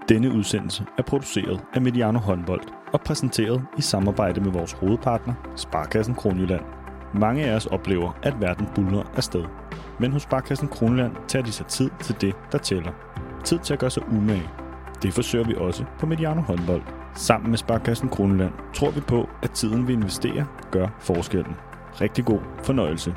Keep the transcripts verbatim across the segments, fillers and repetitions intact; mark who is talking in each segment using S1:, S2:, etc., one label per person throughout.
S1: Denne udsendelse er produceret af Mediano Håndbold og præsenteret i samarbejde med vores hovedpartner, Sparekassen Kronjylland. Mange af os oplever, at verden buldrer afsted. Men hos Sparekassen Kronjylland tager de sig tid til det, der tæller. Tid til at gøre sig umage. Det forsøger vi også på Mediano Håndbold. Sammen med Sparekassen Kronjylland tror vi på, at tiden vi investerer gør forskellen. Rigtig god fornøjelse.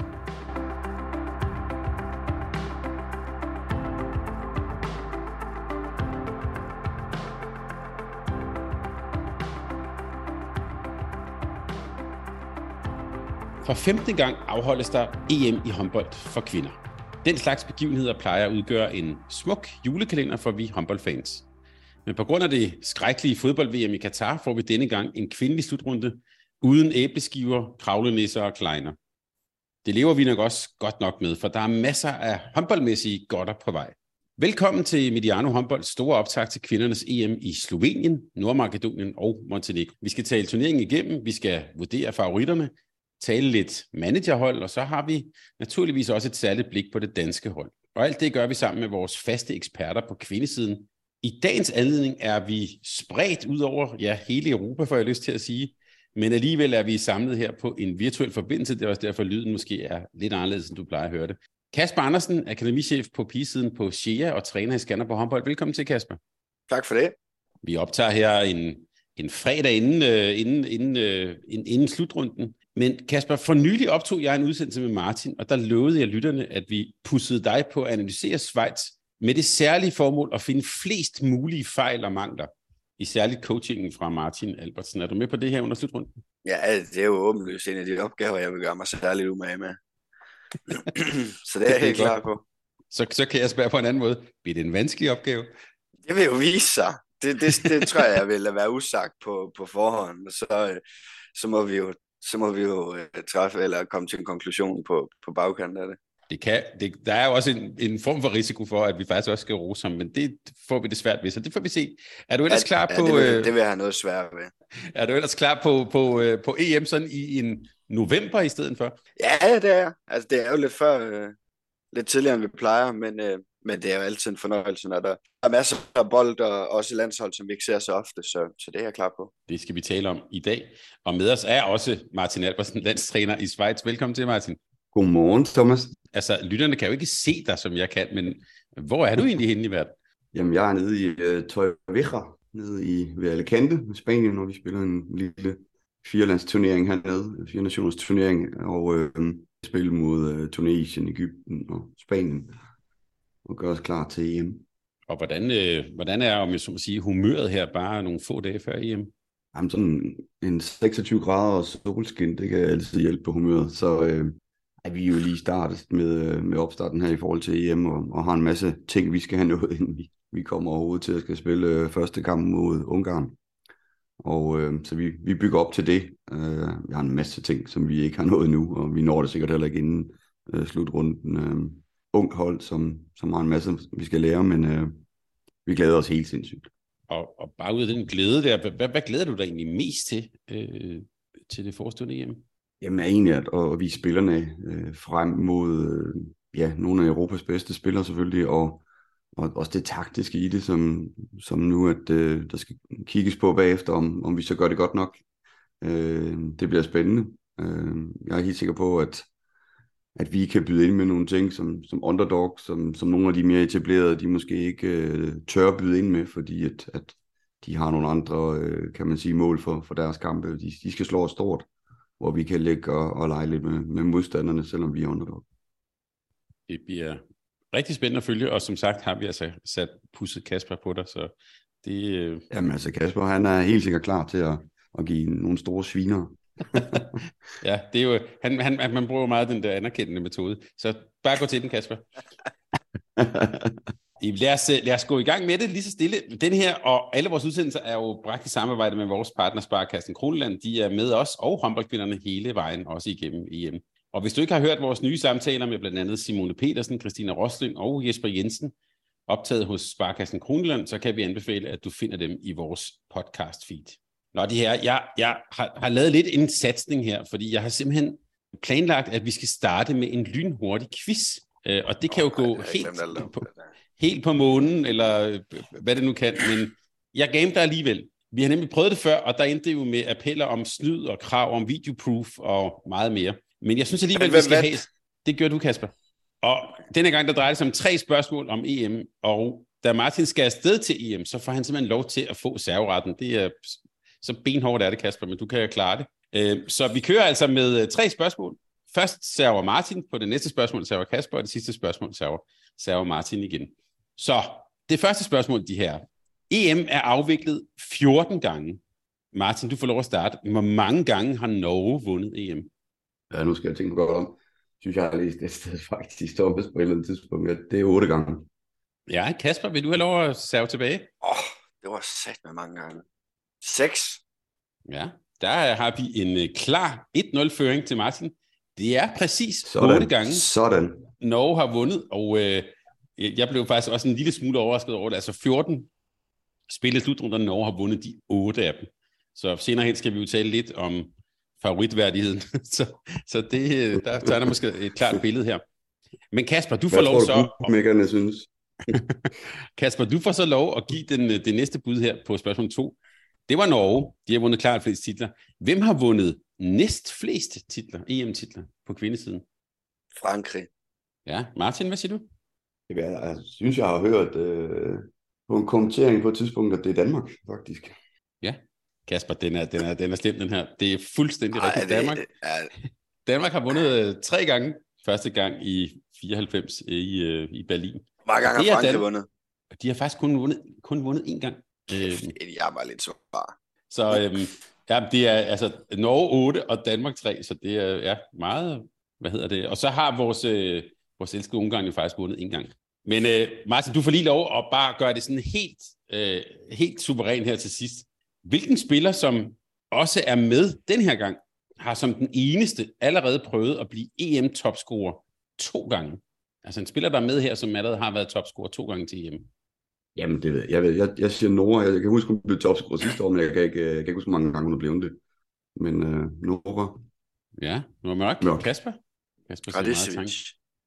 S2: For femte gang afholdes der E M i håndbold for kvinder. Den slags begivenheder plejer at udgøre en smuk julekalender for vi håndboldfans. Men på grund af det skrækkelige fodbold-V M i Katar får vi denne gang en kvindelig slutrunde uden æbleskiver, kravlenisser og kleiner. Det lever vi nok også godt nok med, for der er masser af håndboldmæssige godter på vej. Velkommen til Mediano Håndbolds store optakt til kvindernes E M i Slovenien, Nordmakedonien og Montenegro. Vi skal tale turneringen igennem, vi skal vurdere favoritterne, tale lidt managerhold, og så har vi naturligvis også et særligt blik på det danske hold. Og alt det gør vi sammen med vores faste eksperter på kvindesiden. I dagens anledning er vi spredt ud over ja, hele Europa, får jeg lyst til at sige, men alligevel er vi samlet her på en virtuel forbindelse. Det er også derfor, lyden måske er lidt anderledes, end du plejer at høre det. Kasper Andersen, akademichef på pigesiden på S H E A og træner i Skanderborg Håndbold. Velkommen til, Kasper.
S3: Tak for det.
S2: Vi optager her en, en fredag inden, uh, inden, inden, uh, inden, inden slutrunden. Men Kasper, for nylig optog jeg en udsendelse med Martin, og der lovede jeg lytterne, at vi pudsede dig på at analysere Schweiz med det særlige formål at finde flest mulige fejl og mangler, i særligt coachingen fra Martin Albertsen. Er du med på det her under slutrunden?
S3: Ja, det er jo åbenlyst en af de opgaver, jeg vil gøre mig særligt umage med. Så det er jeg helt klar på.
S2: Så, så kan jeg spørge på en anden måde. Bliver det en vanskelig opgave?
S3: Det vil jo vise sig. Det, det, det tror jeg, jeg vil lade være usagt på, på forhånd. Så, så må vi jo så må vi jo uh, træffe eller komme til en konklusion på, på bagkanten af det.
S2: Det kan, det, der er jo også en, en form for risiko for, at vi faktisk også skal rose ham, men det får vi det svært ved, så det får vi se. Er du ellers
S3: ja,
S2: klar
S3: ja,
S2: på...
S3: Det vil, det vil jeg have noget svært ved.
S2: Er du ellers klar på, på, på E M sådan i en november i stedet for?
S3: Ja, det er jeg. Altså, det er jo lidt før, uh, lidt tidligere, end vi plejer, men, uh, men det er jo altid en fornøjelse, når der er masser af bold, og også landshold, som vi ikke ser så ofte, så, så det er jeg klar på.
S2: Det skal vi tale om i dag. Og med os er også Martin Albertsen, landstræner i Schweiz. Velkommen til, Martin.
S4: Godmorgen, Thomas.
S2: Altså, lytterne kan jo ikke se dig, som jeg kan, men hvor er du egentlig henne i verden?
S4: Jamen, jeg er nede i uh, Torrevieja, nede i ved Alicante, i Spanien, hvor vi spiller en lille firelandsturnering hernede, fire nationers turnering, og øh, spiller mod uh, Tunesien, Egypten og Spanien, og gør os klar til E M.
S2: Og hvordan, øh, hvordan er, om jeg så må sige, humøret her bare nogle få dage før E M?
S4: Jamen, sådan en seksogtyve grader og solskin, det kan altid hjælpe på humøret, så... Øh, at vi jo lige startet med, med opstarten her i forhold til E M, og, og har en masse ting, vi skal have nået, inden vi, vi kommer overhovedet til at skal spille øh, første kamp mod Ungarn. Og øh, så vi, vi bygger op til det. Øh, vi har en masse ting, som vi ikke har nået nu, og vi når det sikkert heller ikke inden øh, slutrunden. Øh, ungt hold, som, som har en masse, vi skal lære, men øh, vi glæder os helt sindssygt.
S2: Og, og bare ud af den glæde der, hvad, hvad glæder du dig egentlig mest til, øh, til det forestående E M?
S4: Jamen egentlig at, at vise spillerne øh, frem mod øh, ja, nogle af Europas bedste spillere selvfølgelig, og, og også det taktiske i det, som, som nu at øh, der skal kigges på bagefter, om, om vi så gør det godt nok. Øh, det bliver spændende. Øh, jeg er helt sikker på, at, at vi kan byde ind med nogle ting som, som underdog, som, som nogle af de mere etablerede, de måske ikke øh, tør byde ind med, fordi at, at de har nogle andre, øh, kan man sige, mål for, for deres kampe. De, de skal slå os stort, hvor vi kan ligge og, og lege lidt med, med modstanderne, selvom vi er underdog.
S2: Det bliver rigtig spændende at følge, og som sagt har vi altså sat pudset Kasper på dig, så det... Øh...
S4: Jamen altså Kasper, han er helt sikkert klar til at, at give nogle store sviner.
S2: Ja, det er jo... Han, han, man bruger meget den der anerkendende metode, så bare gå til den, Kasper. Lad os, lad os gå i gang med det lige så stille. Den her og alle vores udsendelser er jo bragt i samarbejde med vores partner Sparekassen Kronjylland. De er med os og håndboldkvinderne hele vejen, også igennem E M. Og hvis du ikke har hørt vores nye samtaler med blandt andet Simone Petersen, Christina Rosling og Jesper Jensen, optaget hos Sparekassen Kronjylland, så kan vi anbefale, at du finder dem i vores podcast feed. Nå, det her, jeg, jeg har, har lavet lidt en satsning her, fordi jeg har simpelthen planlagt, at vi skal starte med en lynhurtig quiz. Og det kan jo gå helt, på, helt på månen, eller hvad det nu kan, men jeg gav dig alligevel. Vi har nemlig prøvet det før, og der endte jo med appeller om snyd og krav om videoproof og meget mere. Men jeg synes alligevel, vi skal have... Det gør du, Kasper. Og denne gang, der drejer det sig om tre spørgsmål om E M, og da Martin skal afsted til E M, så får han simpelthen lov til at få serveretten. Det er så benhårdt er det, Kasper, men du kan klare det. Så vi kører altså med tre spørgsmål. Først server Martin, på det næste spørgsmål server Kasper, og det sidste spørgsmål server, server Martin igen. Så det første spørgsmål, de her. E M er afviklet fjorten gange. Martin, du får lov at starte. Hvor mange gange har Norge vundet E M?
S4: Ja, nu skal jeg tænke godt om. Synes jeg har læst det sted faktisk, Thomas, på et eller andet tidspunkt. Det er otte gange.
S2: Ja, Kasper, vil du have lov at serve tilbage?
S3: Åh, oh, det var sat med mange gange. Seks.
S2: Ja, der har vi en klar et nul-føring til Martin. Det er præcis
S4: Sådan.
S2: otte gange,
S4: Sådan.
S2: Norge har vundet, og øh, jeg blev faktisk også en lille smule overrasket over det. Altså fjorten spillede slutrunder, Norge har vundet de otte af dem. Så senere hen skal vi jo tale lidt om favoritværdigheden. så så det, der tegner måske et klart billede her. Men Kasper, du får
S4: Hvad
S2: lov
S4: tror
S2: så...
S4: Hvad tror synes?
S2: Kasper, du får så lov at give den, det næste bud her på spørgsmål to. Det var Norge. De har vundet klart flest titler. Hvem har vundet næst flest titler, E M-titler på kvindesiden?
S3: Frankrig.
S2: Ja, Martin, hvad siger du?
S4: Jeg, jeg synes, jeg har hørt øh, på en kommentering på et tidspunkt, at det er Danmark, faktisk.
S2: Ja, Kasper, den er, den er, den er stemt, den her. Det er fuldstændig Ej, rigtigt. Danmark,
S3: er...
S2: Danmark har vundet øh, tre gange. Første gang i fireoghalvfems i, øh, i Berlin.
S3: Hvor mange gange har Frankrig Dan... vundet?
S2: De har faktisk kun vundet, kun vundet én gang.
S3: Øhm, jeg var lidt så bare.
S2: Så øhm, ja, det er altså Norge otte og Danmark tre, så det er ja, meget, hvad hedder det? Og så har vores, øh, vores elskede Ungarn jo faktisk vundet en gang. Men øh, Martin, du får lige lov at bare gøre det sådan helt, øh, helt suveræn her til sidst. Hvilken spiller, som også er med den her gang, har som den eneste allerede prøvet at blive E M-topscorer to gange? Altså en spiller, der er med her, som allerede har været topscorer to gange til E M.
S4: Jamen, det ved jeg. Jeg, ved, jeg, jeg siger Nora. Jeg, jeg kan huske, hun blev topscorer sidste år, men jeg kan ikke, jeg kan ikke huske, hvor mange gange hun er blevet det. Men uh, Nora.
S2: Ja, nu er mørk. mørk. Kasper? Kasper
S3: Radicevic.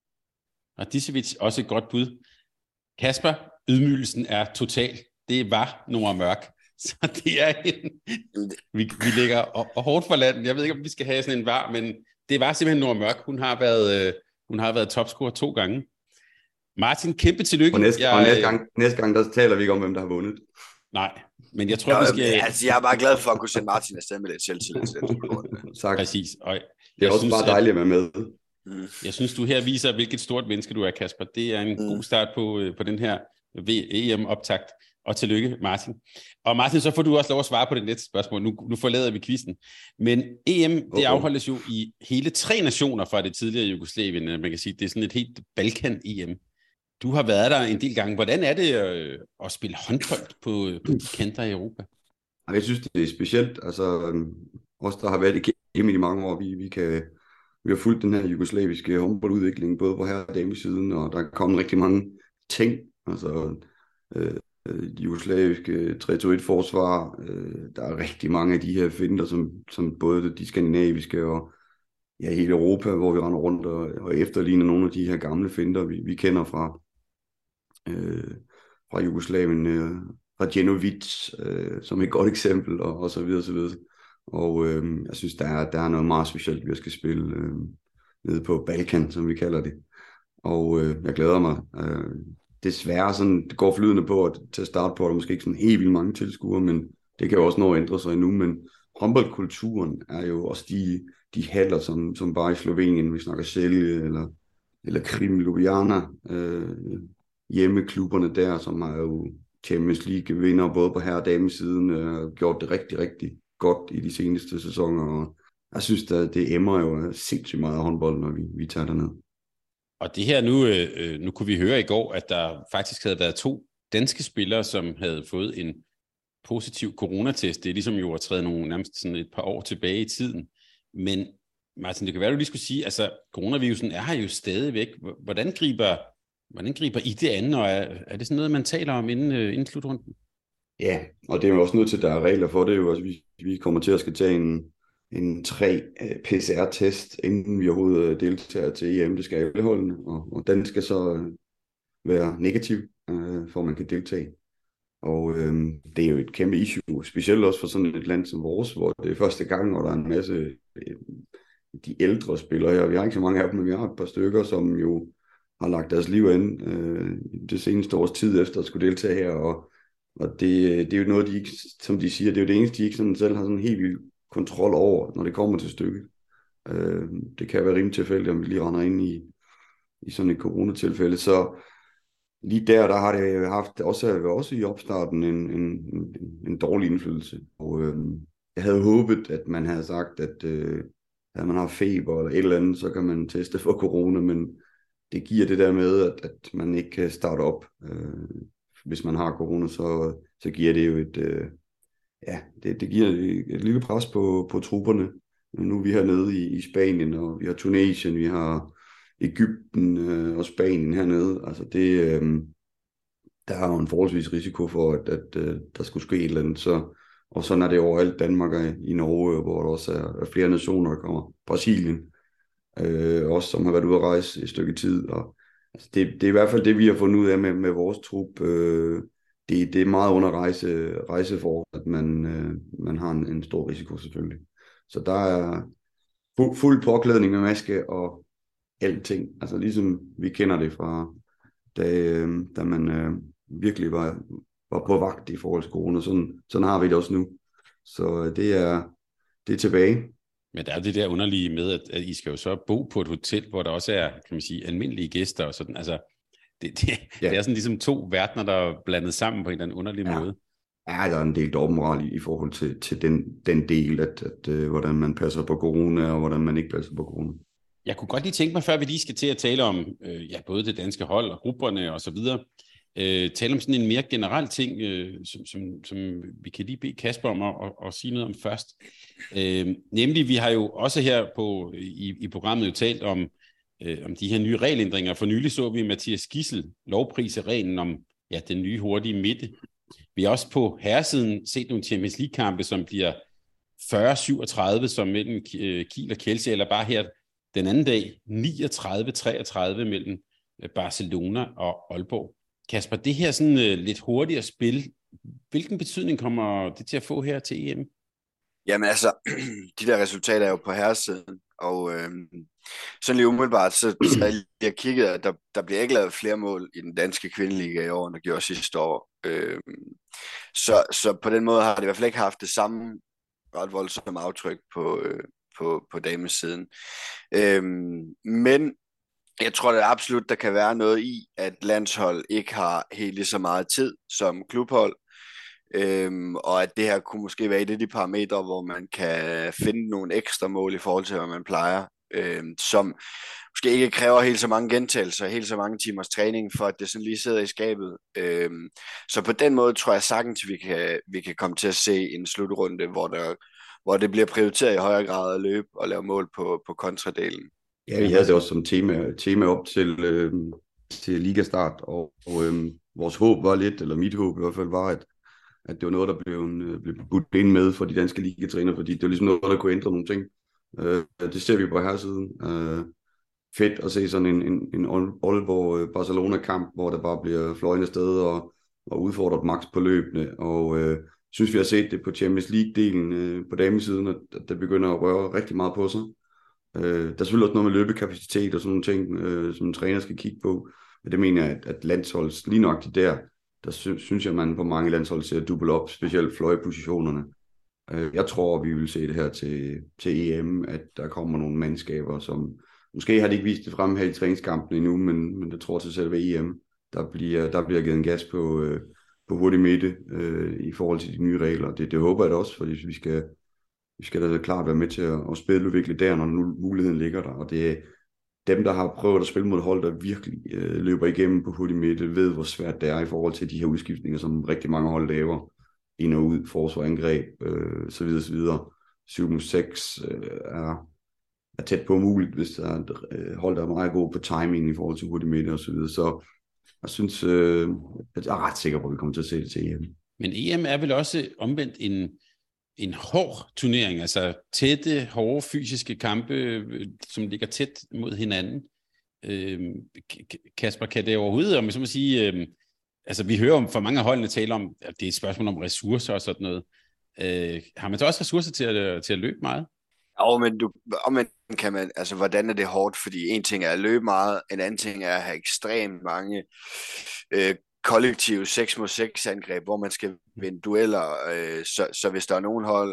S2: Radicevic, også et godt bud. Kasper, ydmygelsen er total. Det var Nora Mørk. Så det er en... Vi, vi ligger og, og hårdt for landet. Jeg ved ikke, om vi skal have sådan en var, men det var simpelthen Nora Mørk. Hun har været, øh, hun har været topscorer to gange. Martin, kæmpe tillykke.
S4: Og næste, jeg, og næste, gang, næste gang, der taler vi ikke om, hvem der har vundet.
S2: Nej, men jeg tror,
S3: Nå,
S2: vi skal...
S3: Altså, jeg er bare glad for at kunne sende Martin afsted med lidt selvtillid.
S4: Tak.
S2: Præcis. Og
S4: det er også
S2: synes,
S4: bare dejligt at være med.
S2: Mm. Jeg synes, du her viser, hvilket stort menneske du er, Kasper. Det er en mm. god start på, på den her E M-optakt. Og tillykke, Martin. Og Martin, så får du også lov at svare på det næste spørgsmål. Nu, nu forlader vi quizzen. Men E M, det okay. afholdes jo i hele tre nationer fra det tidligere Jugoslavien. Man kan sige, det er sådan et helt Balkan-E M. Du har været der en del gange. Hvordan er det øh, at spille håndbold på, på de kanter i Europa?
S4: Jeg synes, det er specielt. Altså, os, der har været i E M i mange år, vi, vi, kan, vi har fulgt den her jugoslaviske håndboldudvikling, både på herre- og damesiden, og der er kommet rigtig mange ting. Altså, øh, de jugoslaviske tre to et forsvar. Øh, der er rigtig mange af de her finder, som, som både de skandinaviske og ja, hele Europa, hvor vi render rundt og, og efterligner nogle af de her gamle finder, vi, vi kender fra, øh, fra Jugoslavien. Øh, Radjenovic, øh, som et godt eksempel, og, og så videre, så videre. Og øh, jeg synes, der er, der er noget meget specielt, vi skal spille øh, nede på Balkan, som vi kalder det. Og øh, jeg glæder mig. Øh, desværre sådan, det går flydende på at, til at starte på, at der måske ikke sådan helt vildt mange tilskuere, men det kan jo også nå at ændre sig endnu. Men håndboldkulturen er jo også de, de haller, som, som bare i Slovenien, vi snakker Celje eller, eller Krim Ljubljana, øh, hjemmeklubberne der, som har jo Champions League vinder både på herre- og damesiden, øh, gjort det rigtig, rigtig godt i de seneste sæsoner, og jeg synes, at det emmer jo sindssygt meget af håndbold, når vi, vi tager derned.
S2: Og det her nu, øh, nu kunne vi høre i går, at der faktisk havde været to danske spillere, som havde fået en positiv coronatest. Det er ligesom jo at træde nogle nærmest sådan et par år tilbage i tiden. Men Martin, det kan være, at du lige skulle sige, altså coronavirusen er her jo stadigvæk. Hvordan griber, hvordan griber I det an, og er, er det sådan noget, man taler om inden, øh, inden slutrunden?
S4: Ja, og det er jo også nødt til, at der er regler for det. Jo. Altså, vi, vi kommer til at skal tage en, en tre P C R-test, inden vi overhovedet deltager til E M. Det skal alle holdene, og, og den skal så være negativ. øh, for at man kan deltage. Og øh, det er jo et kæmpe issue, specielt også for sådan et land som vores, hvor det er første gang, og der er en masse øh, de ældre spillere her. Vi har ikke så mange af dem, men vi har et par stykker, som jo har lagt deres liv an øh, det seneste års tid efter at skulle deltage her, og, og det, det er jo noget, de ikke, som de siger, det er jo det eneste, de ikke sådan selv har sådan helt vild kontrol over, når det kommer til stykket. Øh, det kan være rimelig tilfældigt, om vi lige render ind i, i sådan et coronatilfælde, så lige der, der har det haft også, også i opstarten en, en, en, en dårlig indflydelse. Og øh, jeg havde håbet, at man havde sagt, at øh, at man har feber eller et eller andet, så kan man teste for corona, men det giver det der med, at, at man ikke kan starte op. Øh, hvis man har corona, så, så giver det jo et, øh, ja, det, det giver et, et lille pres på, på trupperne. Nu er vi hernede i, i Spanien, og vi har Tunesien, vi har Egypten øh, og Spanien hernede. Altså det, øh, der er jo en forholdsvis risiko for, at, at, at der skulle ske et eller andet. Så, og sådan er det overalt Danmark og i Norge, hvor der også er, er flere nationer, der kommer. Brasilien, øh, også som har været ude at rejse et stykke tid. Og, altså det, det er i hvert fald det, vi har fundet ud af med, med vores trup. Øh, det, det er meget under rejse, rejseforhold, at man, øh, man har en, en stor risiko selvfølgelig. Så der er fu- fuld påklædning med maske og alting. Altså ligesom vi kender det fra, da, øh, da man øh, virkelig var, var på vagt i forhold til corona. Sådan, sådan har vi det også nu. Så det er, det er tilbage.
S2: Men der er det der underlige med, at, at I skal jo så bo på et hotel, hvor der også er, kan man sige, almindelige gæster og sådan. Altså, det, det, ja. det er sådan ligesom to verdener, der er blandet sammen på en eller anden underlig
S4: ja.
S2: måde.
S4: Ja, der er en del dobbeltmoral i, i forhold til, til den, den del, at, at uh, hvordan man passer på corona, og hvordan man ikke passer på corona.
S2: Jeg kunne godt lige tænke mig, før vi lige skal til at tale om øh, ja, både det danske hold og grupperne og så videre, øh, tale om sådan en mere generel ting, øh, som, som, som vi kan lige bede Kasper om at, at, at sige noget om først. Øh, nemlig, vi har jo også her på, i, i programmet jo talt om, øh, om de her nye regelændringer. For nylig så vi Mathias Gidsel lovprise reglen om ja, den nye hurtige midte. Vi har også på herresiden set nogle Champions League-kampe, som bliver fyrre syvogtredive, som mellem Kiel og Chelsea, eller bare her den anden dag niogtredive treogtredive mellem Barcelona og Aalborg. Kasper, det her sådan uh, lidt hurtigere spil, hvilken betydning kommer det til at få her til E M?
S3: Jamen altså, de der resultater er jo på herresiden, og øh, sådan lige umiddelbart, så, så jeg lige kigget, at der, der bliver ikke lavet flere mål i den danske kvindeliga i år, end der gjorde sidste år. Øh, så, så på den måde har det i hvert fald ikke haft det samme ret voldsomme aftryk på, øh, på, på damesiden. Øh, men jeg tror da absolut, der kan være noget i, at landshold ikke har helt lige så meget tid som klubhold, øhm, og at det her kunne måske være et af de parametre, hvor man kan finde nogle ekstra mål i forhold til, hvad man plejer, øhm, som måske ikke kræver helt så mange gentagelser, helt så mange timers træning, for at det sådan lige sidder i skabet. Øhm, så på den måde tror jeg sagtens, vi kan, vi kan komme til at se en slutrunde, hvor, der, hvor det bliver prioriteret i højere grad at løbe og lave mål på, på kontradelen.
S4: Ja, vi havde det også som tema, tema op til, øh, til ligastart, og, og øh, vores håb var lidt, eller mit håb i hvert fald var, at, at det var noget, der blev, blev budt ind med for de danske ligatræner, fordi det var ligesom noget, der kunne ændre nogle ting. Øh, det ser vi på herresiden. Øh, fedt at se sådan en, en, en Aalborg-Barcelona-kamp, hvor der bare bliver fløjende sted og, og udfordret max på løbende, og øh, synes vi har set det på Champions League-delen øh, på damesiden, at, at det begynder at røre rigtig meget på sig. Øh, der er selvfølgelig også noget med løbekapacitet og sådan nogle ting, øh, som en træner skal kigge på. Men det mener jeg, at, at landsholds lige nok det der, der sy- synes jeg, man på mange landshold ser double op, specielt fløjepositionerne. Øh, jeg tror, vi vil se det her til, til E M, at der kommer nogle mandskaber, som måske har de ikke vist det frem her i træningskampen endnu, men, men jeg tror til selve E M, der bliver, der bliver givet en gas på, øh, på hurtig midte øh, i forhold til de nye regler. Det, det håber jeg da også, fordi vi skal Vi skal da klart være med til at, at spille virkelig der, når nu muligheden ligger der. Og det er dem, der har prøvet at spille mod hold, der virkelig øh, løber igennem på hurtig midte, ved hvor svært det er i forhold til de her udskiftninger, som rigtig mange hold laver. Ind og ud, forsvar, angreb, øh, så videre, så videre. syv mod seks øh, er, er tæt på muligt, hvis der er et øh, hold, der er meget gode på timing i forhold til hurtig midte og så videre. Så jeg synes, øh, jeg er ret sikker på, at vi kommer til at se det til E M.
S2: Men E M er vel også omvendt en en hård turnering, altså tætte, hårde fysiske kampe, som ligger tæt mod hinanden. Øh, Kasper, kan det overhovedet, om jeg så må sige, øh, altså vi hører om, for mange af holdene taler om, at det er et spørgsmål om ressourcer og sådan noget. Øh, har man så også ressourcer til at, til at løbe meget?
S3: Jo, men du, og men kan man, altså, hvordan er det hårdt? Fordi en ting er at løbe meget, en anden ting er at have ekstremt mange øh, kollektive seks mod seks angreb, hvor man skal vinde dueller. Øh, så, så hvis der er nogen hold,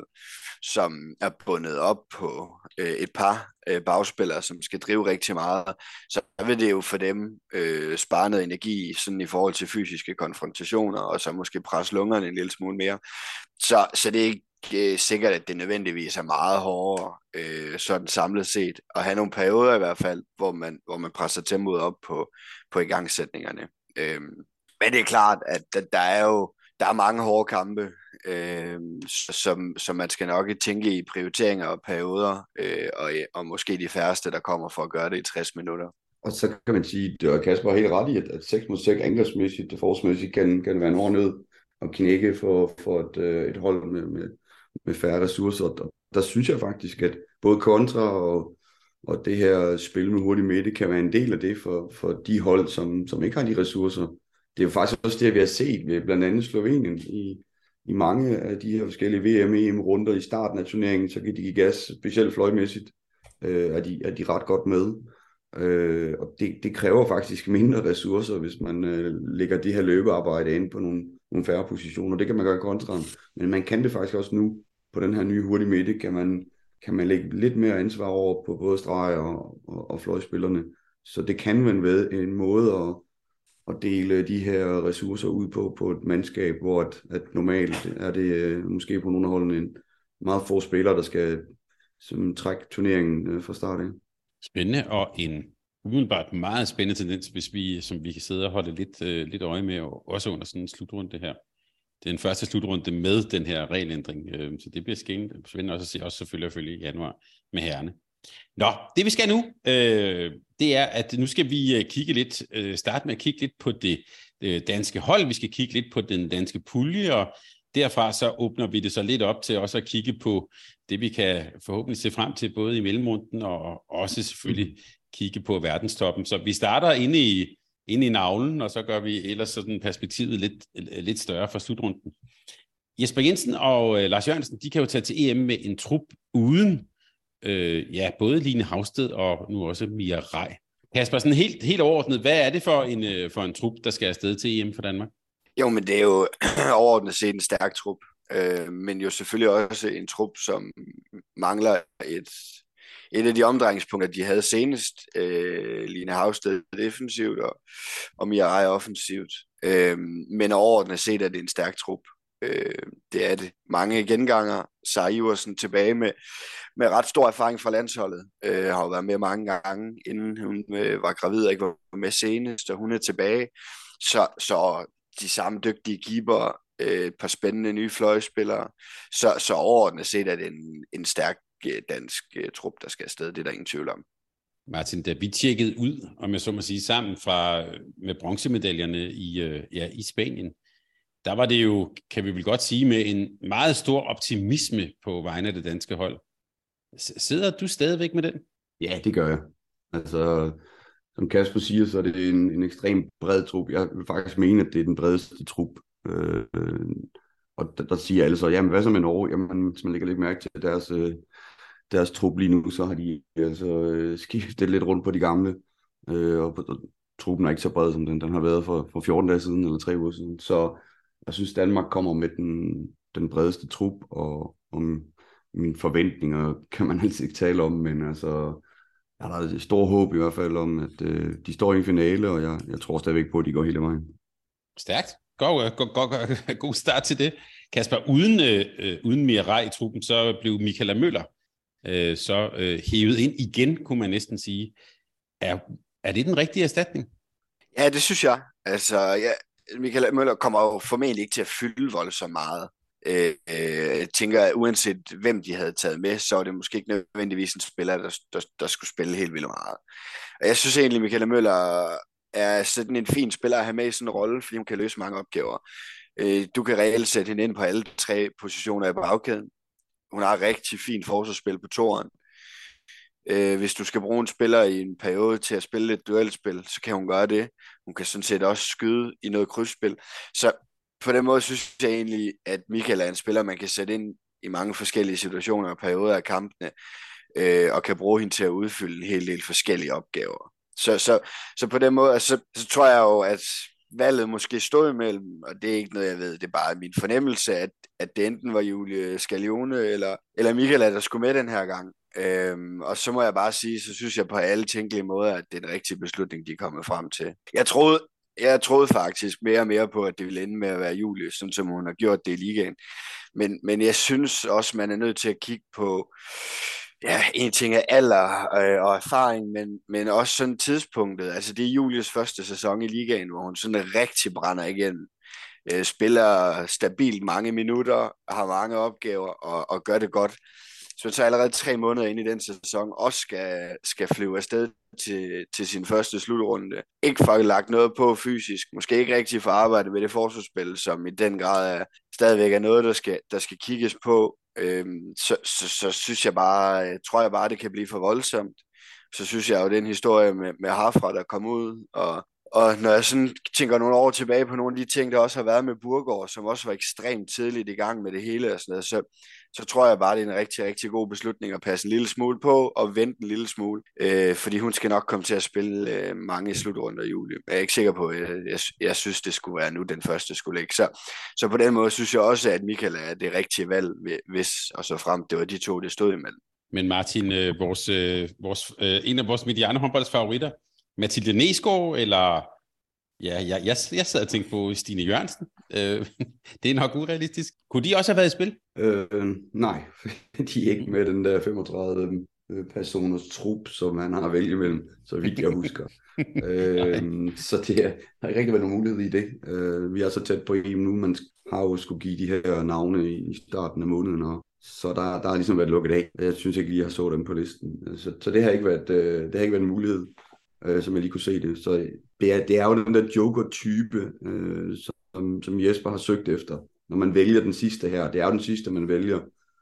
S3: som er bundet op på øh, et par øh, bagspillere, som skal drive rigtig meget, så vil det jo for dem øh, spare noget energi sådan i forhold til fysiske konfrontationer, og så måske presse lungerne en lille smule mere. Så, så det er ikke øh, sikkert, at det nødvendigvis er meget hårdere, øh, sådan samlet set, at have nogle perioder i hvert fald, hvor man, hvor man presser tempoet op på, på igangsætningerne. Øh, men det er klart, at der, der er jo der er mange hårde kampe, øh, som, som man skal nok tænke i prioriteringer og perioder, øh, og, og måske de færreste, der kommer for at gøre det i tres minutter.
S4: Og så kan man sige, at Kasper har helt ret i, at, at seks mod seks angrebsmæssigt og forsvarsmæssigt kan, kan være en hård nød at knække for, for et, et hold med, med, med færre ressourcer. Og der synes jeg faktisk, at både kontra og, og det her spil med hurtig midte kan være en del af det for, for de hold, som, som ikke har de ressourcer. Det er jo faktisk også det, vi har set ved blandt andet Slovenien i, i mange af de her forskellige V M E M-runder i starten af turneringen, så kan de give gas, specielt fløjmæssigt, øh, er, de, er de ret godt med. Øh, og det, det kræver faktisk mindre ressourcer, hvis man øh, lægger det her løbearbejde ind på nogle, nogle færre positioner. Det kan man gøre i kontraen, men man kan det faktisk også nu på den her nye hurtige midte, kan man, kan man lægge lidt mere ansvar over på både streger og, og, og fløjspillerne. Så det kan man ved en måde at at dele de her ressourcer ud på, på et mandskab, hvor at, at normalt er det øh, måske på nogle af holdene en meget få spillere, der skal som, trække turneringen øh, fra start af.
S2: Spændende, og en umiddelbart meget spændende tendens, hvis vi, som vi kan sidde og holde lidt, øh, lidt øje med, og også under sådan en slutrunde her. Det er den første slutrunde med den her regelændring, øh, så det bliver spændende også at se, også selvfølgelig, selvfølgelig i januar med herrene. Nå, det vi skal nu, øh, det er, at nu skal vi kigge lidt, øh, starte med at kigge lidt på det øh, danske hold. Vi skal kigge lidt på den danske pulje, og derfra så åbner vi det så lidt op til også at kigge på det, vi kan forhåbentlig se frem til, både i mellemrunden og også selvfølgelig kigge på verdenstoppen. Så vi starter inde i, inde i navlen, og så gør vi ellers sådan perspektivet lidt, lidt større for slutrunden. Jesper Jensen og øh, Lars Jørgensen, de kan jo tage til E M med en trup uden Øh, ja, både Line Havsted og nu også Mia Rej. Kasper, sådan helt, helt overordnet, hvad er det for en, øh, for en trup, der skal afsted til E M for Danmark?
S3: Jo, men det er jo overordnet set en stærk trup, øh, men jo selvfølgelig også en trup, som mangler et, et af de omdrejningspunkter, de havde senest. Øh, Line Havsted defensivt og, og Mia Rej offensivt. Øh, men overordnet set er det en stærk trup. Øh, det er det. Mange genganger. Sara Iversen tilbage med, med ret stor erfaring fra landsholdet. Øh, har jo været med mange gange, inden hun øh, var gravid og ikke var med senest, og hun er tilbage. Så, så de samme dygtige keeper, øh, et par spændende nye fløjspillere. Så, så overordnet set er det en, en stærk øh, dansk øh, trup, der skal afsted. Det er der ingen tvivl om.
S2: Martin, da vi tjekkede ud, om jeg så må sige, sammen fra, med bronzemedaljerne i, øh, ja, i Spanien, der var det jo, kan vi vel godt sige, med en meget stor optimisme på vegne af det danske hold. Sidder du stadigvæk med den?
S4: Ja, det gør jeg. Altså, som Kasper siger, så er det en, en ekstremt bred trup. Jeg vil faktisk mene, at det er den bredeste trup. Øh, øh, og der, der siger alle så, jamen hvad så med Norge? Jamen, hvis man lægger lidt mærke til deres, øh, deres trup lige nu, så har de altså øh, skiftet lidt rundt på de gamle. Øh, og, og truppen er ikke så bred, som den, den har været for, for fjorten dage siden, eller tre uger siden. Så jeg synes, Danmark kommer med den, den bredeste trup, og om mine forventninger kan man altid ikke tale om, men altså, jeg har et stort håb i hvert fald om, at øh, de står i en finale, og jeg, jeg tror stadigvæk på, at de går hele vejen.
S2: Stærkt. God, god, god, god start til det. Kasper, uden, øh, uden Mia Rej i truppen, så blev Michaela Møller øh, så øh, hævet ind igen, kunne man næsten sige. Er, er det den rigtige erstatning?
S3: Ja, det synes jeg. Altså, ja, Michaela Møller kommer jo formentlig ikke til at fylde voldsomt meget. Øh, øh, jeg tænker, at uanset hvem de havde taget med, så var det måske ikke nødvendigvis en spiller, der, der, der skulle spille helt vildt meget. Og jeg synes egentlig, at Michaela Møller er sådan en fin spiller at have med i sådan en rolle, fordi hun kan løse mange opgaver. Øh, du kan reelt sætte hende ind på alle tre positioner i bagkæden. Hun har rigtig fint forsvarsspil på toeren. Øh, hvis du skal bruge en spiller i en periode til at spille et duelspil, så kan hun gøre det. Hun kan sådan set også skyde i noget krydsspil. Så på den måde synes jeg egentlig, at Michael er en spiller, man kan sætte ind i mange forskellige situationer og perioder af kampene, øh, og kan bruge hende til at udfylde en hel del forskellige opgaver. Så, så, så på den måde, så, så tror jeg jo, at valget måske stod imellem, og det er ikke noget, jeg ved, det er bare min fornemmelse, at, at det enten var Julie Scaglione eller, eller Michael, der skulle med den her gang. Øhm, og så må jeg bare sige, så synes jeg på alle tænkelige måder, at det er en rigtig beslutning, de er kommet frem til. Jeg troede, jeg troede faktisk mere og mere på, at det ville ende med at være Julie, sådan som hun har gjort det i ligaen. Men, men jeg synes også, man er nødt til at kigge på, ja, en ting er alder øh, og erfaring, men, men også sådan tidspunktet. Altså det er Julies første sæson i ligaen, hvor hun sådan rigtig brænder igen. Øh, spiller stabilt mange minutter, har mange opgaver og, og gør det godt. Så så allerede tre måneder ind i den sæson også skal, skal flyve afsted til, til sin første slutrunde. Ikke for at lagt noget på fysisk, måske ikke rigtig for arbejde med det forsvarsspil, som i den grad er, stadigvæk er noget, der skal, der skal kigges på. Øhm, så, så, så synes jeg bare, tror jeg bare, det kan blive for voldsomt. Så synes jeg jo, den historie med, med Hafra, der kom ud, og, og når jeg sådan tænker nogle år tilbage på nogle af de ting, der også har været med Burgård, som også var ekstremt tidligt i gang med det hele og sådan noget, så, så tror jeg bare, det er en rigtig, rigtig god beslutning at passe en lille smule på og vente en lille smule, øh, fordi hun skal nok komme til at spille øh, mange slutrunder i juli. Jeg er ikke sikker på, jeg, jeg, jeg synes, det skulle være nu, den første skulle ligge. Så, så på den måde synes jeg også, at Michael er det rigtige valg, hvis og så frem det var de to, det stod imellem.
S2: Men Martin, øh, vores, øh, vores, øh, en af vores Mediano håndbolds favoritter, Mathilde Nesgaard, eller ja, jeg, jeg, jeg sad og tænkte på Stine Jørgensen. Øh, det er nok urealistisk. Kunne de også have været i spil?
S4: Øh, nej, de er ikke med den der femogtredive personers trup, som han har at vælge imellem, så vidt jeg husker. øh, så det er, der har ikke rigtig været nogen mulighed i det. Øh, vi er så tæt på E M nu, man har jo skulle give de her navne i starten af måneden, og så der, der har ligesom været lukket af. Jeg synes ikke lige, jeg har så dem på listen. Så, så det har ikke været, øh, det har ikke været en mulighed, øh, som jeg lige kunne se det. Så det er, det er jo den der joker-type, øh, som, som Jesper har søgt efter. Når man vælger den sidste her, det er jo den sidste, man vælger,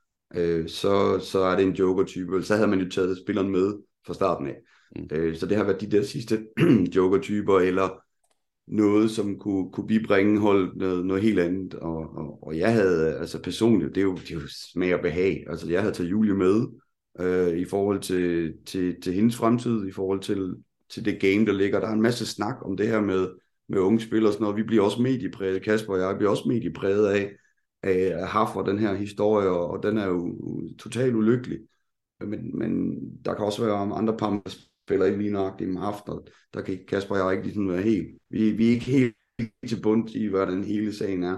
S4: øh, så, så er det en joker-type. Så havde man jo taget spilleren med fra starten af. Mm. Øh, så det har været de der sidste joker-typer, eller noget, som kunne, kunne bibringe hold noget, noget helt andet. Og, og, og jeg havde, altså personligt, det er jo, det er jo smag og behag. Altså jeg havde taget Julie med øh, i forhold til, til, til hendes fremtid, i forhold til, til det game, der ligger. Der er en masse snak om det her med, med unge spillere og sådan noget. Vi bliver også mediepræget, Kasper og jeg bliver også mediepræget af, af, af Hafra, den her historie, og, og den er jo totalt ulykkelig. Men, men der kan også være andre par, der spiller ikke lige nok i Hafra. Der kan Kasper og jeg ikke ligesom være helt. Vi, vi er ikke helt til bund i, hvad den hele sagen er.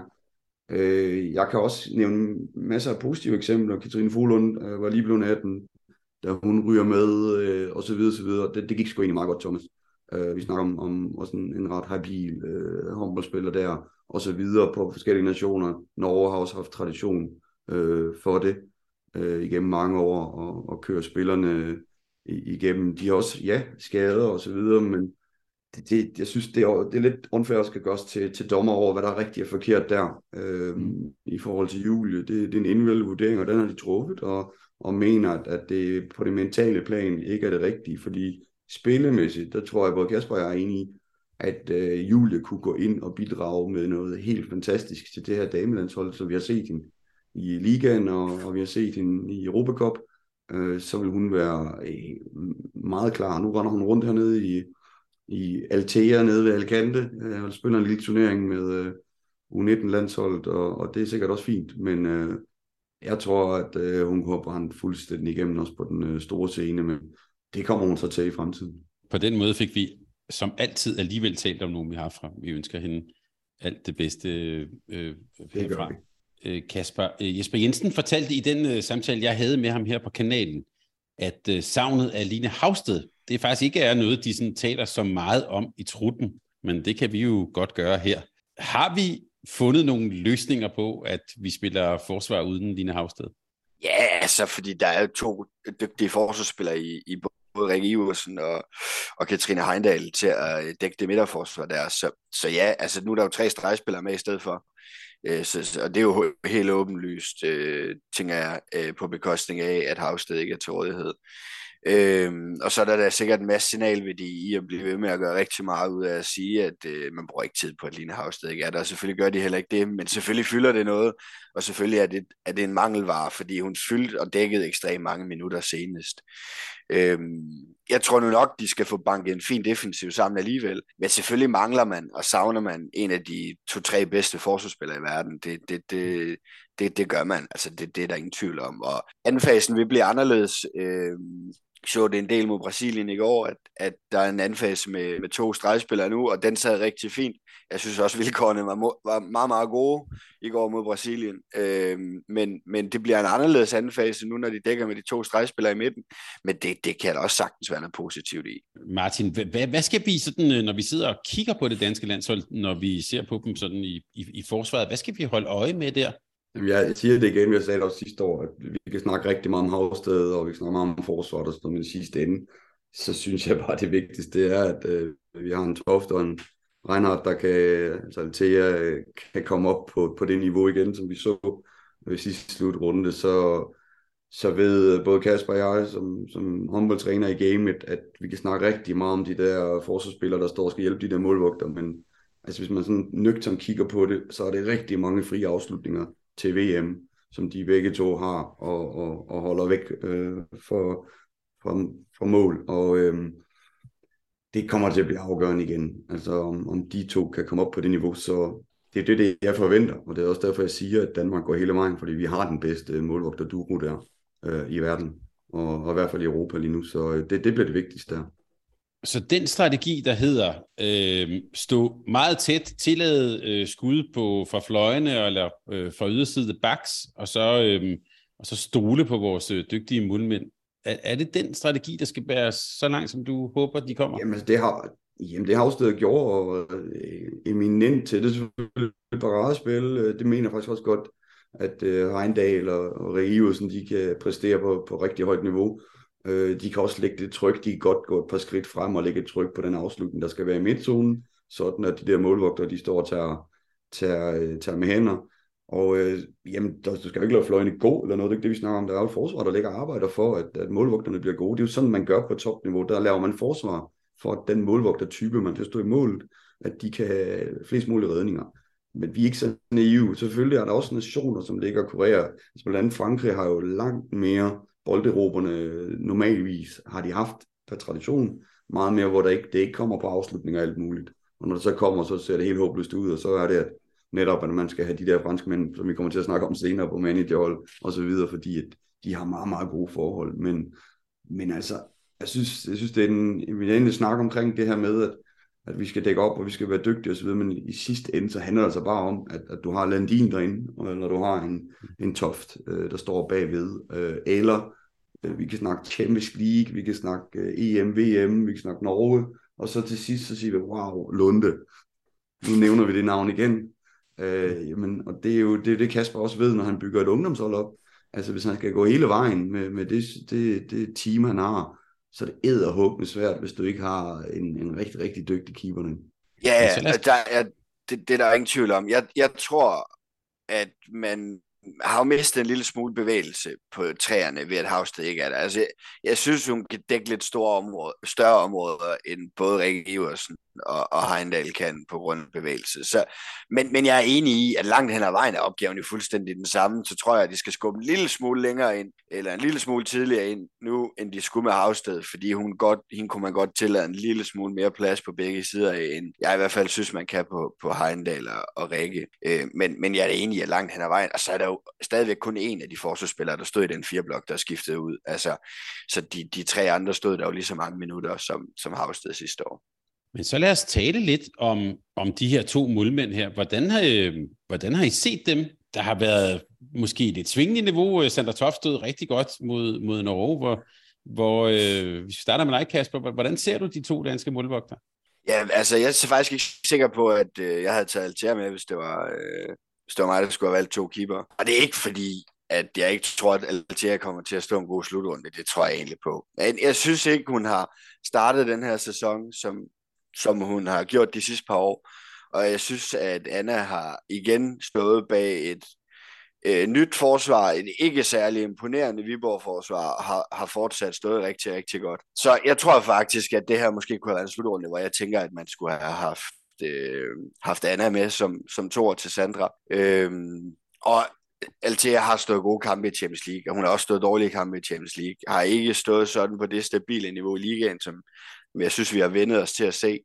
S4: Øh, jeg kan også nævne masser af positive eksempler. Katrine Fuglund øh, var lige blevet atten, da hun ryger med, øh, og så videre, så videre. Det, det gik sgu egentlig meget godt, Thomas. Øh, vi snakker om, om også en, en ret habil øh, håndboldspiller der, og så videre på forskellige nationer. Norge har også haft tradition øh, for det øh, igennem mange år, og, og kører spillerne igennem. De har også, ja, skader og så videre, men det, det, jeg synes, det er, det er lidt unfair at skal gøres til, til dommer over, hvad der er rigtigt og forkert der øh, mm. i forhold til Julie. Det, det er en individuel vurdering, og den har de truffet, og, og mener, at, at det på det mentale plan ikke er det rigtige, fordi spillemæssigt, der tror jeg, både Kasper og jeg er enige i, at øh, Julie kunne gå ind og bidrage med noget helt fantastisk til det her damelandshold, så vi har set hende i ligaen, og, og vi har set hende i Europa Cup, øh, så vil hun være øh, meget klar. Nu render hun rundt hernede i, i Altea, nede ved Alicante, øh, og spiller en lille turnering med øh, U nitten-landsholdet, og, og det er sikkert også fint, men øh, jeg tror, at øh, hun kunne have brændt fuldstændig igennem også på den øh, store scene, men det kommer hun så til i fremtiden.
S2: På den måde fik vi som altid alligevel talt om Noomi Hafra. Vi ønsker hende alt det bedste øh, herfra. Øh, Kasper, øh, Jesper Jensen fortalte i den øh, samtale, jeg havde med ham her på kanalen, at øh, savnet af Line Havsted, det faktisk ikke er noget, de sådan, taler så meget om i trutten, men det kan vi jo godt gøre her. Har vi fundet nogle løsninger på, at vi spiller forsvar uden Line Havsted?
S3: Ja, altså, fordi der er jo to dygtige forsvarsspillere i, i både Rikke Iversen og, og Katrine Heindal til at dække det midterforsvar der. Så, så ja, altså nu er der jo tre stregspillere med i stedet for. Øh, så, så, og det er jo helt åbenlyst, øh, tænker jeg, øh, på bekostning af, at Havsted ikke er til rådighed. Øhm, og så er der da sikkert en masse signalværdi i at blive ved med at gøre rigtig meget ud af at sige, at øh, man bruger ikke tid på at Line Havsted ikke er der. Selvfølgelig gør de heller ikke det, men selvfølgelig fylder det noget, og selvfølgelig er det, er det en mangelvare, fordi hun fyldte og dækkede ekstremt mange minutter senest. Øhm, jeg tror nu nok, de skal få banket en fin defensiv sammen alligevel, men selvfølgelig mangler man og savner man en af de to-tre bedste forsvarsspillere i verden. Det, det, det, det, det gør man, altså det, det er der ingen tvivl om. Og anden fasen vil blive anderledes. Øhm, så det en del mod Brasilien i går, at, at der er en anden fase med, med to stregspillere nu, og den sad rigtig fint. Jeg synes også, at vilkårene var, var meget, meget gode i går mod Brasilien. Øhm, men, men det bliver en anderledes anden fase nu, når de dækker med de to stregspillere i midten. Men det, det kan der også sagtens være noget positivt i.
S2: Martin, hvad, hvad skal vi sådan, når vi sidder og kigger på det danske landshold, når vi ser på dem sådan i, i, i forsvaret, hvad skal vi holde øje med der?
S4: Jamen, jeg siger det igen, jeg sagde det også sidste år, at vi kan snakke rigtig meget om Havsted, og vi kan snakke meget om forsvaret og sådan noget, men i sidste ende, så synes jeg bare, det vigtigste det er, at øh, vi har en Toft og en Reinhardt, der kan, altså Altea, kan komme op på, på det niveau igen, som vi så ved sidste slutrunde, så, så ved både Kasper og jeg, som, som håndboldtræner i gamet, at vi kan snakke rigtig meget om de der forsvarsspillere, der står og skal hjælpe de der målvogter, men altså, hvis man sådan nøgternt kigger på det, så er det rigtig mange frie afslutninger til V M, som de begge to har, og, og, og holder væk øh, for, fra, fra mål. Og øh, det kommer til at blive afgørende igen. Altså om, om de to kan komme op på det niveau, så det er det, det, jeg forventer. Og det er også derfor, jeg siger, at Danmark går hele vejen, fordi vi har den bedste målvogter-duo der øh, i verden, og, og i hvert fald i Europa lige nu. Så det, det bliver det vigtigste der.
S2: Så den strategi, der hedder øh, stå meget tæt, tillade øh, skud på fra fløjene eller øh, fra yderside backs, og så, øh, og så stole på vores øh, dygtige målmænd. Er, er det den strategi, der skal bære så langt, som du håber, de kommer?
S4: Jamen, det har, jamen, det har Havsted gjort, og øh, eminent til det selvfølgelig paradespil. Det mener jeg faktisk også godt, at øh, Heindal og, og Reiusen, de kan præstere på, på rigtig højt niveau. De kan også lægge det tryk, de kan godt gå et par skridt frem og lægge et tryk på den afslutning, der skal være i midtzonen, sådan at de der målvogtere, de står og tager, tager, tager med hænder. Og øh, jamen, der, du skal jo ikke lade fløjene gå, eller noget, det er ikke det, vi snakker om. Der er jo et forsvar, der ligger og arbejder for, at, at målvogterne bliver gode. Det er jo sådan, man gør på topniveau. Der laver man forsvar for, at den målvogtertype, man kan stå i målet, at de kan have flest mulige redninger. Men vi er ikke så naive. Selvfølgelig er der også nationer, som ligger og kurerer. Altså, blandt andet Frankrig har jo langt mere bolderoberne normalvis har de haft per tradition, meget mere, hvor der ikke, det ikke kommer på afslutninger og alt muligt. Og når det så kommer, så ser det helt håbløst ud, og så er det at netop, at man skal have de der franskmænd, som vi kommer til at snakke om senere på managerhold, og så videre, fordi at de har meget, meget gode forhold. Men, men altså, jeg synes, jeg synes, det er en evident snak omkring det her med, at, at vi skal dække op, og vi skal være dygtige osv., men i sidste ende, så handler det altså bare om, at, at du har Landin derinde, eller du har en, en Toft, øh, der står bagved, øh, eller vi kan snakke Champions League, vi kan snakke E M, V M, vi kan snakke Norge, og så til sidst så siger vi, wow, Lunde. Nu nævner vi det navn igen. Øh, jamen, og det er jo det, er det, Kasper også ved, når han bygger et ungdomshold op. Altså hvis han skal gå hele vejen med, med det, det, det team, han har, så er det edderhugende svært, hvis du ikke har en, en rigtig, rigtig dygtig keeper.
S3: Ja, der er, det, det er der ingen tvivl om. Jeg, jeg tror, at man har jo mistet en lille smule bevægelse på træerne ved, at Havsted ikke er der. Altså, jeg, jeg synes, hun kan dække lidt store områder, større områder, end både Rikke Iversen og, og Heindal kan på grund af bevægelse. Så, men, men jeg er enig i, at langt hen ad vejen er opgaven jo fuldstændig den samme. Så tror jeg, at de skal skubbe en lille smule længere ind, eller en lille smule tidligere ind nu, end de skulle med Havsted, fordi hun godt, hende kunne man godt tillade en lille smule mere plads på begge sider, end jeg i hvert fald synes, man kan på, på Heindal og, og Rikke. Øh, men, men jeg er enig i, at langt hen ad vejen, og så er der jo stadigvæk kun en af de forsvarsspillere, der stod i den fire blok, der skiftede ud. Altså, så de, de tre andre stod der jo lige så mange minutter, som, som Havsted sidste år.
S2: Men så lad os tale lidt om, om de her to målmænd her. Hvordan har, I, hvordan har I set dem? Der har været måske lidt svingende niveau. Sander Toft stod rigtig godt mod, mod Norge, hvor, hvor øh, vi starter med dig, Kasper. Hvordan ser du de to danske målvogter?
S3: Ja, altså jeg er faktisk ikke sikker på, at øh, jeg havde taget Altea med, hvis det var... Øh... hvis det var mig, der skulle have valgt to keeper. Og det er ikke fordi, at jeg ikke tror, at Altea kommer til at stå en god slutrunde. Det tror jeg egentlig på. Men jeg synes ikke, hun har startet den her sæson, som, som hun har gjort de sidste par år. Og jeg synes, at Anna har igen stået bag et, øh, nyt forsvar, en ikke særlig imponerende Viborg-forsvar, har, har fortsat stået rigtig, rigtig godt. Så jeg tror faktisk, at det her måske kunne have været en slutrunde, hvor jeg tænker, at man skulle have haft, øh, haft Anna med som, som toer til Sandra. Øh, og Althea har stået gode kampe i Champions League, og hun har også stået dårlige kampe i Champions League. Har ikke stået sådan på det stabile niveau i ligaen, som jeg synes, vi har vendet os til at se.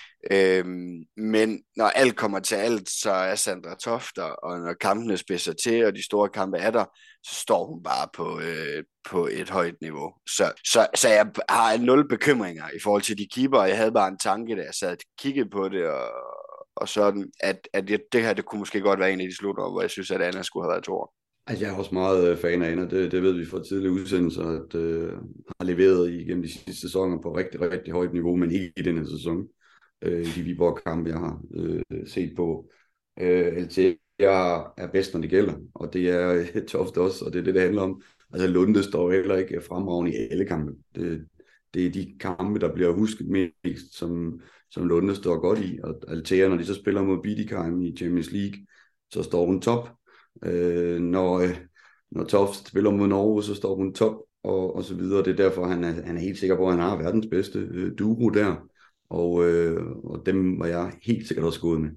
S3: Øhm, men når alt kommer til alt, så er Sandra Toft, og når kampene spidser til, og de store kampe er der, så står hun bare på, øh, på et højt niveau. Så, så, så jeg har nul bekymringer i forhold til de keeper. Jeg havde bare en tanke, da jeg sad og kiggede på det, og, og sådan, at, at det her det kunne måske godt være en af de slutår, hvor jeg synes, at Anna skulle have været to år.
S4: Altså, jeg er også meget fan af Anna. Det, det ved vi fra tidligere udsendelser, at øh, har leveret igennem de sidste sæsoner på rigtig, rigtig højt niveau, men ikke i denne sæson. Øh, de Viborg-kampe, jeg har øh, set på. Øh, Althea er bedst, når det gælder, og det er øh, Toft også, og det er det, det handler om. Altså, Lunde står heller ikke fremragende i alle kampe. Det, det er de kampe, der bliver husket mest, som, som Lunde står godt i, og Althea, når de så spiller mod Bidikheim i Champions League, så står hun top. Øh, når, øh, når Toft spiller mod Norge, så står hun top, og, og så videre. Det er derfor, han er, han er helt sikker på, at han har verdens bedste øh, duo der. Og, øh, og dem var jeg helt sikkert også gået med.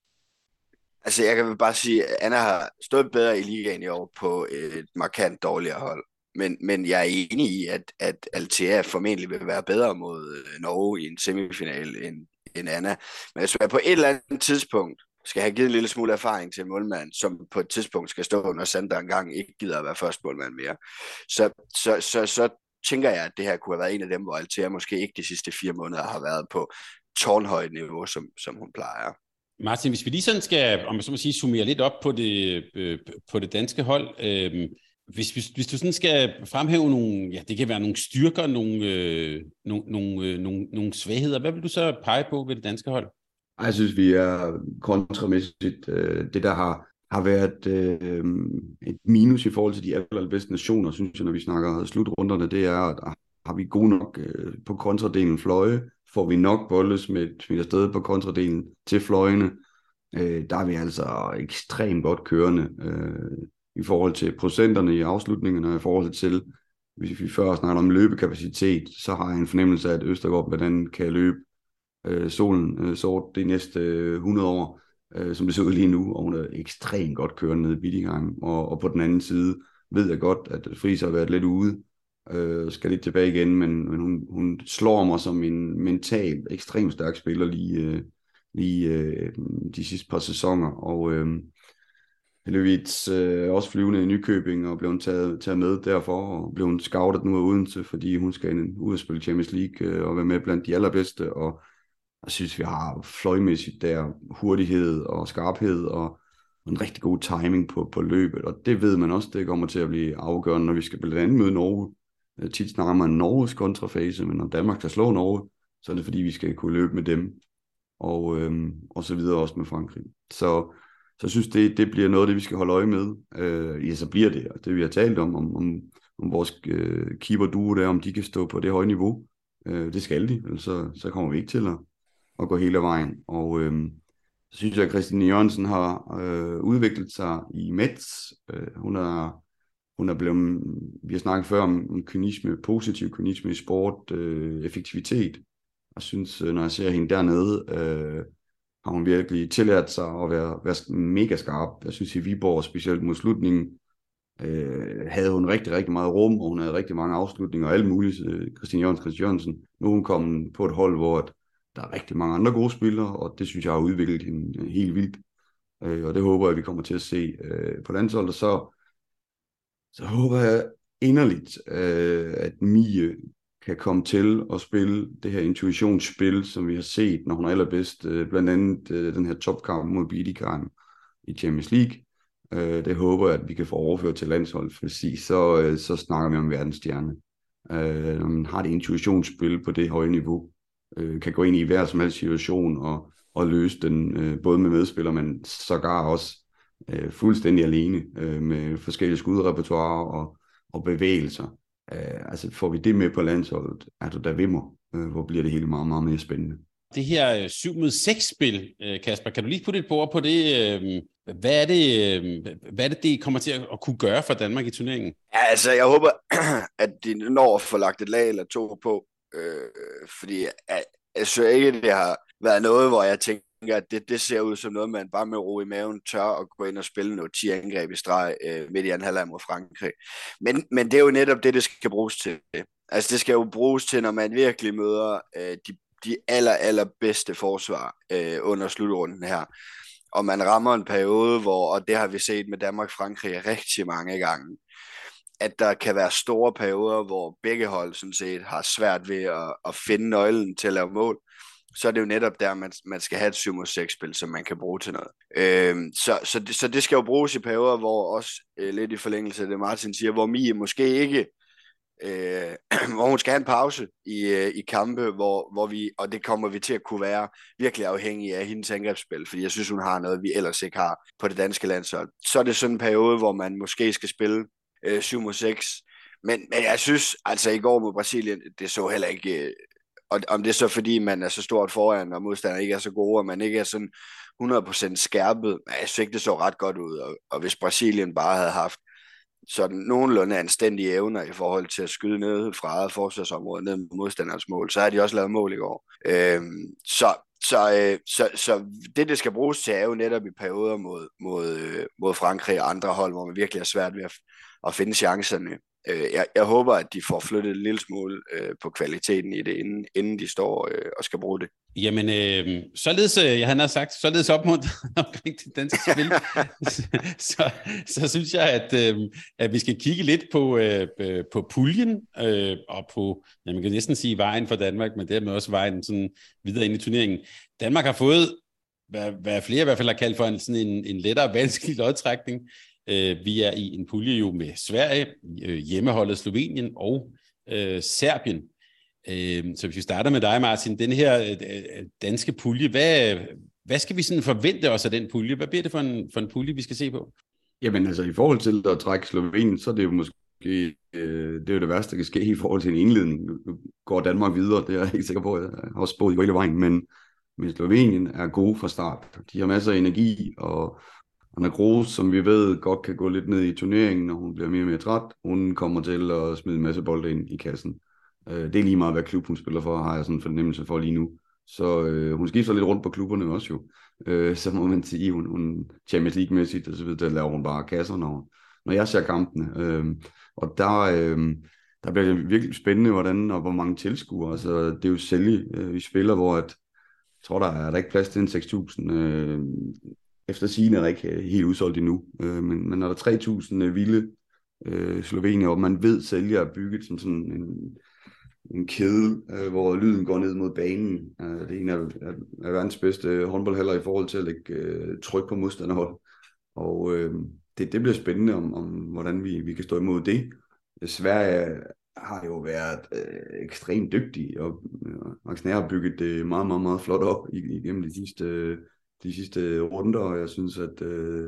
S3: Altså, jeg kan bare sige, at Anna har stået bedre i ligaen i år på et markant dårligere hold. Men, men jeg er enig i, at, at Althea formentlig vil være bedre mod Norge i en semifinal end, end Anna. Men hvis jeg på et eller andet tidspunkt skal have givet en lille smule erfaring til en målmand, som på et tidspunkt skal stå, når Sander engang ikke gider at være første målmand mere, så, så, så, så tænker jeg, at det her kunne have været en af dem, hvor Althea måske ikke de sidste fire måneder har været på tårnhøjt niveau, som, som hun plejer.
S2: Martin, hvis vi lige sådan skal, om jeg så må sige, summere lidt op på det, øh, på det danske hold. Øh, hvis, hvis, hvis du sådan skal fremhæve nogle, ja, det kan være nogle styrker, nogle, øh, nogle, nogle, øh, nogle, nogle svagheder, hvad vil du så pege på ved det danske hold?
S4: Jeg synes, vi er kontramæssigt. Øh, det, der har, har været øh, et minus i forhold til de allerbedste nationer, synes jeg, når vi snakker slutrunderne, det er, at har vi god nok øh, på kontradelen fløje, får vi nok bolde smidt, smidt afsted på kontradelen til fløjene, øh, der er vi altså ekstremt godt kørende øh, i forhold til procenterne i afslutningerne, og i forhold til, hvis vi før snakker om løbekapacitet, så har jeg en fornemmelse af, at Østergaard blandt andet kan løbe øh, solen øh, sort de næste øh, hundrede år, øh, som det ser ud lige nu, og hun er ekstremt godt kørende nede i Bidingham, og, og på den anden side ved jeg godt, at Friis har været lidt ude, øh, skal lidt tilbage igen, men, men hun, hun slår mig som en mental, ekstremt stærk spiller lige, øh, lige øh, de sidste par sæsoner, og øh, heldigvis øh, også flyvende i Nykøbing, og blev hun taget, taget med derfor, og blev hun scoutet nu af Odense, fordi hun skal ud og spille Champions League, øh, og være med blandt de allerbedste, og jeg synes, vi har fløjmæssigt der hurtighed og skarphed, og en rigtig god timing på, på løbet, og det ved man også, det kommer til at blive afgørende, når vi skal blandt andet møde Norge. Tit snakker man Norges kontrafase, men når Danmark kan slå Norge, så er det fordi, vi skal kunne løbe med dem, og, øhm, og så videre også med Frankrig. Så, så jeg synes, det, det bliver noget af det, vi skal holde øje med. Øh, ja, så bliver det, og det vi har talt om, om, om, om vores øh, keeper-duo der, om de kan stå på det høje niveau. Øh, det skal de, så, så kommer vi ikke til at, at gå hele vejen. Og øh, så synes jeg, at Christine Jørgensen har øh, udviklet sig i Metz. Øh, hun er Hun er blevet, vi har snakket før om, om kynisme, positiv kynisme i sport, øh, effektivitet. Jeg synes, når jeg ser hende dernede, øh, har hun virkelig tillært sig at være, være mega skarp. Jeg synes, i Viborg, specielt mod slutningen, øh, havde hun rigtig, rigtig meget rum, og hun havde rigtig mange afslutninger og alt muligt. Christine Jørgensen, Christine Jørgensen. Nu er hun kommet på et hold, hvor der er rigtig mange andre gode spillere, og det synes jeg har udviklet hende helt vildt. Øh, og det håber jeg, vi kommer til at se øh, på landsholdet. Så Så håber jeg inderligt, øh, at Mie kan komme til at spille det her intuitionsspil, som vi har set, når hun er allerbedst, øh, blandt andet øh, den her topkamp mod Bidikheim i Champions League. Øh, det håber jeg, at vi kan få overført til landsholdet, for så, øh, så snakker vi om verdensstjerne. Øh, når man har det intuitionsspil på det høje niveau, øh, kan gå ind i hver som helst situation og, og løse den, øh, både med medspillere, men sågar også Øh, fuldstændig alene øh, med forskellige skudrepertoirer og, og bevægelser. Øh, altså får vi det med på landsholdet, altså der vimmer, øh, hvor bliver det hele meget, meget mere spændende.
S2: det her syv mod seks spil, Kasper. Kan du lige putte et bord på det? Hvad er det, hvad er det, det kommer til at kunne gøre for Danmark i turneringen?
S3: Ja, altså, jeg håber, at de når at få lagt et lag eller to på, øh, fordi jeg, jeg synes ikke, det har været noget, hvor jeg tænker, at det, det ser ud som noget, man bare med ro i maven tør at gå ind og spille noget ti angreb i streg øh, midt i anden halvleg mod Frankrig. Men, men det er jo netop det, det skal bruges til. Altså, det skal jo bruges til, når man virkelig møder øh, de, de aller, aller bedste forsvar øh, under slutrunden her. Og man rammer en periode, hvor, og det har vi set med Danmark-Frankrig rigtig mange gange, at der kan være store perioder, hvor begge hold sådan set har svært ved at, at finde nøglen til at lave mål. Så er det jo netop der, man, man skal have et syv mod seks spil, som man kan bruge til noget. Øhm, så, så, det, så det skal jo bruges i perioder, hvor også øh, lidt i forlængelse af det, Martin siger, hvor Mie måske ikke, øh, hvor hun skal have en pause i, øh, i kampe, hvor, hvor vi, og det kommer vi til at kunne være virkelig afhængige af hendes angrebsspil, fordi jeg synes, hun har noget, vi ellers ikke har på det danske landshold. Så er det sådan en periode, hvor man måske skal spille øh, syv mod seks, men, men jeg synes, altså i går mod Brasilien, det så heller ikke... Øh, Og om det er så fordi, man er så stort foran, og modstanderne ikke er så gode, og man ikke er sådan hundrede procent skærpet. Jeg synes ikke, det så ret godt ud. Og, og hvis Brasilien bare havde haft sådan nogenlunde anstændige evner i forhold til at skyde ned fra eget forsvarsområde ned mod modstanderens mål, så har de også lavet mål i går. Øhm, så, så, øh, så, så det, det skal bruges til, er jo netop i perioder mod, mod, øh, mod Frankrig og andre hold, hvor man virkelig er svært ved at, at finde chancerne. Jeg, jeg håber, at de får flyttet en lille smule øh, på kvaliteten i det, inden, inden de står øh, og skal bruge det.
S2: Jamen, øh, således, jeg havde sagt, således opmuntret omkring det danske spil, så, så synes jeg, at, øh, at vi skal kigge lidt på, øh, på puljen, øh, og på, ja, man kan næsten sige vejen for Danmark, men dermed også vejen sådan videre ind i turneringen. Danmark har fået, hvad, hvad flere i hvert fald har kaldt for en, sådan en, en lettere vanskelig lodtrækning. Vi er i en pulje jo med Sverige, hjemmeholdet Slovenien og øh, Serbien. Øh, så hvis vi starter med dig, Martin, den her øh, danske pulje, hvad, hvad skal vi sådan forvente os af den pulje? Hvad bliver det for en, for en pulje, vi skal se på?
S4: Jamen altså, i forhold til at trække Slovenien, så er det jo måske øh, det, er jo det værste, der kan ske i forhold til en indledning. Nu går Danmark videre, det er jeg helt sikker på, jeg har også spået i hele vejen, men, men Slovenien er gode fra start. De har masser af energi, og Anna Groß, som vi ved godt kan gå lidt ned i turneringen, når hun bliver mere og mere træt. Hun kommer til at smide en masse bolde ind i kassen. Det er lige meget, hvad klub hun spiller for, har jeg sådan en fornemmelse for lige nu. Så øh, hun skifter lidt rundt på klubberne også jo. Øh, så må man sige, hun, hun Champions League-mæssigt og så videre, der laver hun bare kasser, når, når jeg ser kampene. Øh, og der, øh, der bliver det virkelig spændende, hvordan og hvor mange tilskuere. Altså, det er jo sælge, øh, vi spiller, hvor at, jeg tror, der er, der er ikke plads til en seks tusind. Øh, Efter sigende er der ikke helt udsolgt endnu, øh, men, men når der er tre tusind vilde øh, Slovenier, og man ved, sælger er bygget som sådan en, en kæde, øh, hvor lyden går ned mod banen. Øh, det er en af, af, af verdens bedste håndboldhaller i forhold til at lægge øh, tryk på modstanderhold. Og øh, det, det bliver spændende, om, om hvordan vi, vi kan stå imod det. Sverige har jo været øh, ekstremt dygtig, og øh, Axner har bygget det meget, meget, meget flot op igennem de sidste... Øh, de sidste runder, og jeg synes, at, øh,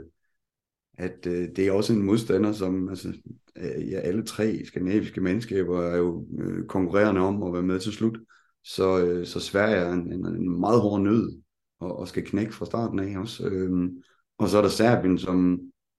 S4: at øh, det er også en modstander, som altså, øh, ja, alle tre skandinaviske mandskaber er jo øh, konkurrerende om at være med til slut. Så, øh, så Sverige er en, en, en meget hård nød, og, og skal knække fra starten af også. Øh, og så er der Serbien, som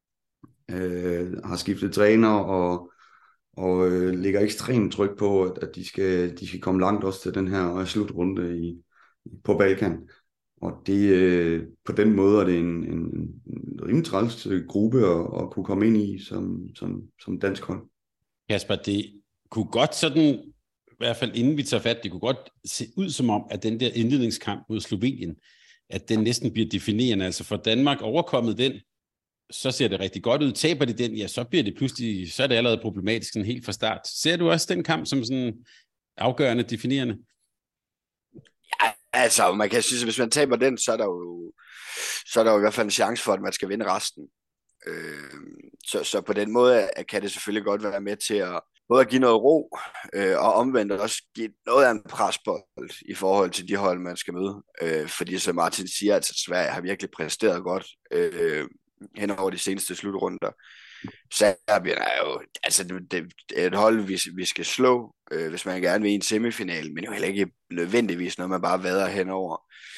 S4: øh, har skiftet træner, og, og øh, lægger ekstremt tryk på, at, at de, skal, de skal komme langt også til den her slutrunde i, på Balkan. Og det, øh, på den måde er det en, en, en rimelig træls gruppe at, at kunne komme ind i som, som, som dansk hold.
S2: Kasper, det kunne godt sådan, i hvert fald inden vi tager fat, det kunne godt se ud som om, at den der indledningskamp mod Slovenien, at den næsten bliver definerende. Altså for Danmark overkommet den, så ser det rigtig godt ud. Taber de den, ja, så bliver det pludselig, så er det allerede problematisk sådan helt fra start. Ser du også den kamp som sådan afgørende, definerende?
S3: Altså, man kan sige, at hvis man taber den, så er der jo, så er der jo i hvert fald en chance for, at man skal vinde resten. Øh, så, så på den måde kan det selvfølgelig godt være med til at både at give noget ro, øh, og omvendt også give noget af en presbold i forhold til de hold, man skal møde. Øh, fordi som Martin siger, at altså, Sverige har virkelig præsteret godt øh, hen over de seneste slutrunder. Serbien er jo altså det, det er et hold, vi, vi skal slå, øh, hvis man gerne vil i en semifinal, men det er jo heller ikke nødvendigvis noget, man bare vader henover.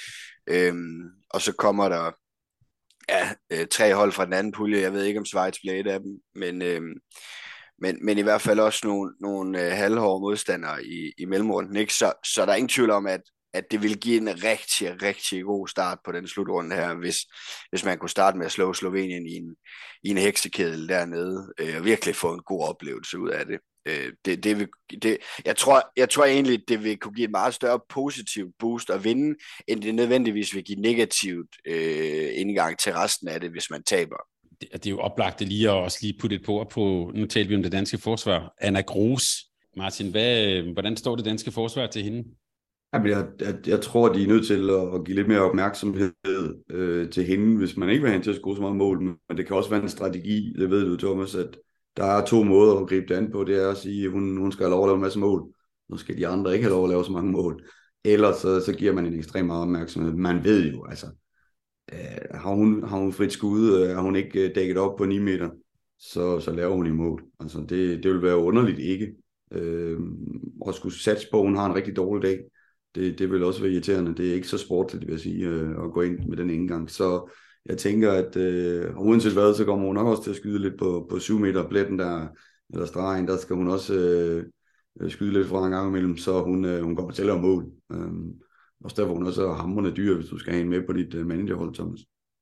S3: Øhm, og så kommer der ja, øh, tre hold fra den anden pulje. Jeg ved ikke, om Schweiz bliver et af dem, men, øh, men, men i hvert fald også nogle, nogle øh, halvhårde modstandere i, i mellemrunden. Ikke? Så, så der er ingen tvivl om, at, at det vil give en rigtig, rigtig god start på den slutrunde her, hvis, hvis man kunne starte med at slå Slovenien i en, i en heksekedel dernede, øh, og virkelig få en god oplevelse ud af det. Øh, det, det vil, det, jeg, tror, jeg tror egentlig, det vil kunne give et meget større positivt boost at vinde, end det nødvendigvis vil give negativt øh, indgang til resten af det, hvis man taber.
S2: Det, det er jo oplagt lige at også lige putte et på, på, nu taler vi om det danske forsvar. Anna Gros. Martin, hvad, hvordan står det danske forsvar til hende?
S4: Jamen, jeg, jeg, jeg tror, de er nødt til at, at give lidt mere opmærksomhed øh, til hende, hvis man ikke vil have hende til at score så meget mål, men det kan også være en strategi, det ved du, Thomas, at der er to måder at gribe det an på. Det er at sige, at hun, hun skal have lov at lave en masse mål. Nu skal de andre ikke have lov at lave så mange mål. Ellers så, så giver man en ekstrem meget opmærksomhed. Man ved jo, altså, øh, har, hun, har hun frit skud, øh, har hun ikke dækket op på ni meter, så, så laver hun i mål. Altså, det, det vil være underligt ikke. Øh, og skulle satse på, at hun har en rigtig dårlig dag, det, det vil også være irriterende. Det er ikke så sportligt, vil jeg sige, øh, at gå ind med den indgang. Så jeg tænker, at øh, uanset hvad, så kommer hun nok også til at skyde lidt på, på syv meter pletten der, eller stregen, der skal hun også øh, skyde lidt fra en gang imellem, så hun, øh, hun kommer til at lave mål. Øhm, og så derfor hun også er hamrende dyr, hvis du skal have en med på dit øh, managerhold, Thomas.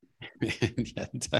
S2: Ja, der.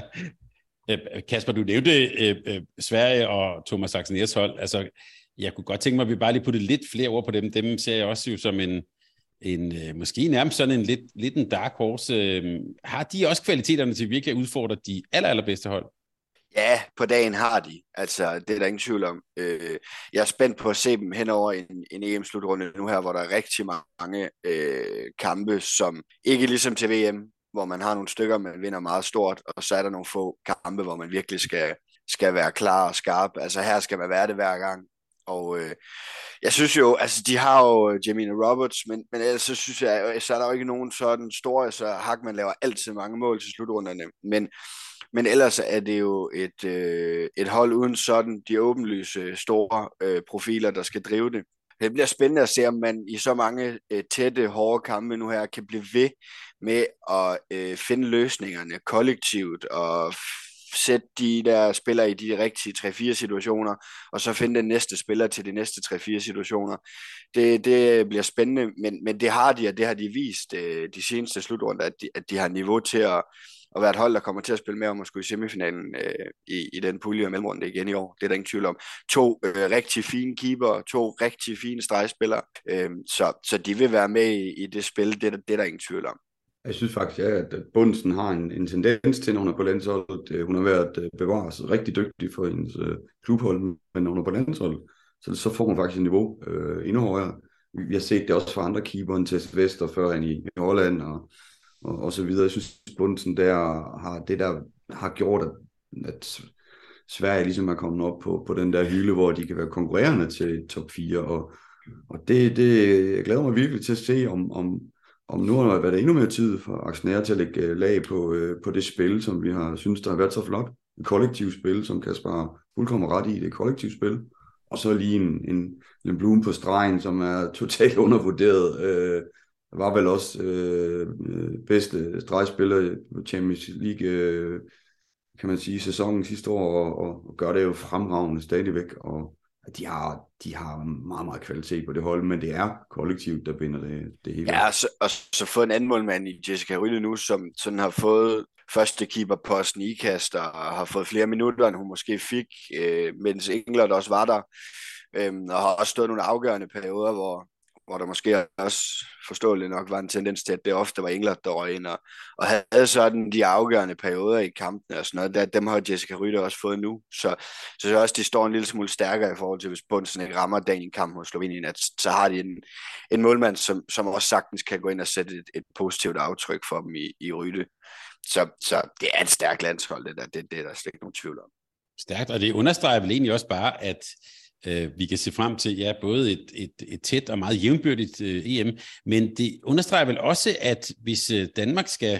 S2: Kasper, du nævnte øh, øh, Sverige og Thomas Saxeniers hold. Altså, jeg kunne godt tænke mig, at vi bare lige putte lidt flere ord på dem. Dem ser jeg også jo som en En, øh, måske nærmest sådan en lidt, lidt en dark horse. Øh, har de også kvaliteterne til virkelig at udfordre de aller, allerbedste hold?
S3: Ja, på dagen har de. Altså, det er der ingen tvivl om. Øh, jeg er spændt på at se dem hen over en, en E M-slutrunde nu her, hvor der er rigtig mange øh, kampe, som ikke ligesom til V M, hvor man har nogle stykker, man vinder meget stort, og så er der nogle få kampe, hvor man virkelig skal, skal være klar og skarp. Altså, her skal man være det hver gang. Og øh, jeg synes jo, altså de har jo Jamina Roberts, men, men ellers så synes jeg, så er der jo ikke nogen sådan store, så Hackman laver altid mange mål til slutrunderne, men, men ellers er det jo et, øh, et hold uden sådan de åbenlyse store øh, profiler, der skal drive det. Det bliver spændende at se, om man i så mange øh, tætte, hårde kampe nu her kan blive ved med at øh, finde løsningerne kollektivt og sætte de der spillere i de rigtige tre fire situationer, og så finde den næste spiller til de næste tre fire situationer. Det, det bliver spændende, men, men det har de, og det har de vist øh, de seneste slutrunder, at de, at de har niveau til at, at være et hold, der kommer til at spille med om at skulle i semifinalen øh, i, i den pulje og mellemrunde igen i år. Det er der ingen tvivl om. To øh, rigtig fine keeper, to rigtig fine stregspillere, øh, så, så de vil være med i, i det spil, det, det er der ingen tvivl om.
S4: Jeg synes faktisk, ja, at Bundsen har en, en tendens til, når hun er på landsholdet. Hun har været bevaret rigtig dygtig for hendes øh, klubhold, men når hun er på landsholdet, så, så får hun faktisk et niveau øh, endnu højere. Vi har set det også fra andre keeper, end Tess Vester før i, i Holland og, og, og så videre. Jeg synes, Bundsen der har det der har gjort, at, at Sverige ligesom er kommet op på, på den der hylde, hvor de kan være konkurrerende til top fire. Og, og det, det jeg glæder mig virkelig til at se, om, om Om nu har der været endnu mere tid for aktionærer til at lægge lag på, øh, på det spil, som vi har synes der har været så flot. Et kollektivt spil, som Kasper har fuldkommen ret i, det er et kollektivt spil. Og så lige en, en, en Blum på stregen, som er totalt undervurderet. Øh, var vel også øh, bedste stregspiller på Champions League, øh, kan man sige, sæsonen sidste år, og, og gør det jo fremragende stadigvæk. Og De har, de har meget, meget kvalitet på det hold, men det er kollektivt, der binder det, det hele.
S3: Ja, og så, og så fået en anden målmand i Jessica Rytte nu, som sådan har fået første keeperposten i ikast, og har fået flere minutter, end hun måske fik, øh, mens England også var der, øh, og har også stået nogle afgørende perioder, hvor, hvor der måske også forståeligt nok var en tendens til, at det ofte var England, der røg ind, og, og havde sådan de afgørende perioder i kampene og sådan noget. Der, dem har Jessica Rytte også fået nu, så, så så også de står en lille smule stærkere i forhold til, hvis Bundsen ikke rammer dagen i en kamp hos Slovenien, at så har de en, en målmand, som, som også sagtens kan gå ind og sætte et, et positivt aftryk for dem i, i Rytte. Så, så det er et stærkt landshold, det der, det, det er der slet ikke nogen tvivl om.
S2: Stærkt, og det understreger vel egentlig også bare, at øh, vi kan se frem til ja, både et, et, et tæt og meget jævnbyrdigt øh, E M, men det understreger vel også, at hvis øh, Danmark skal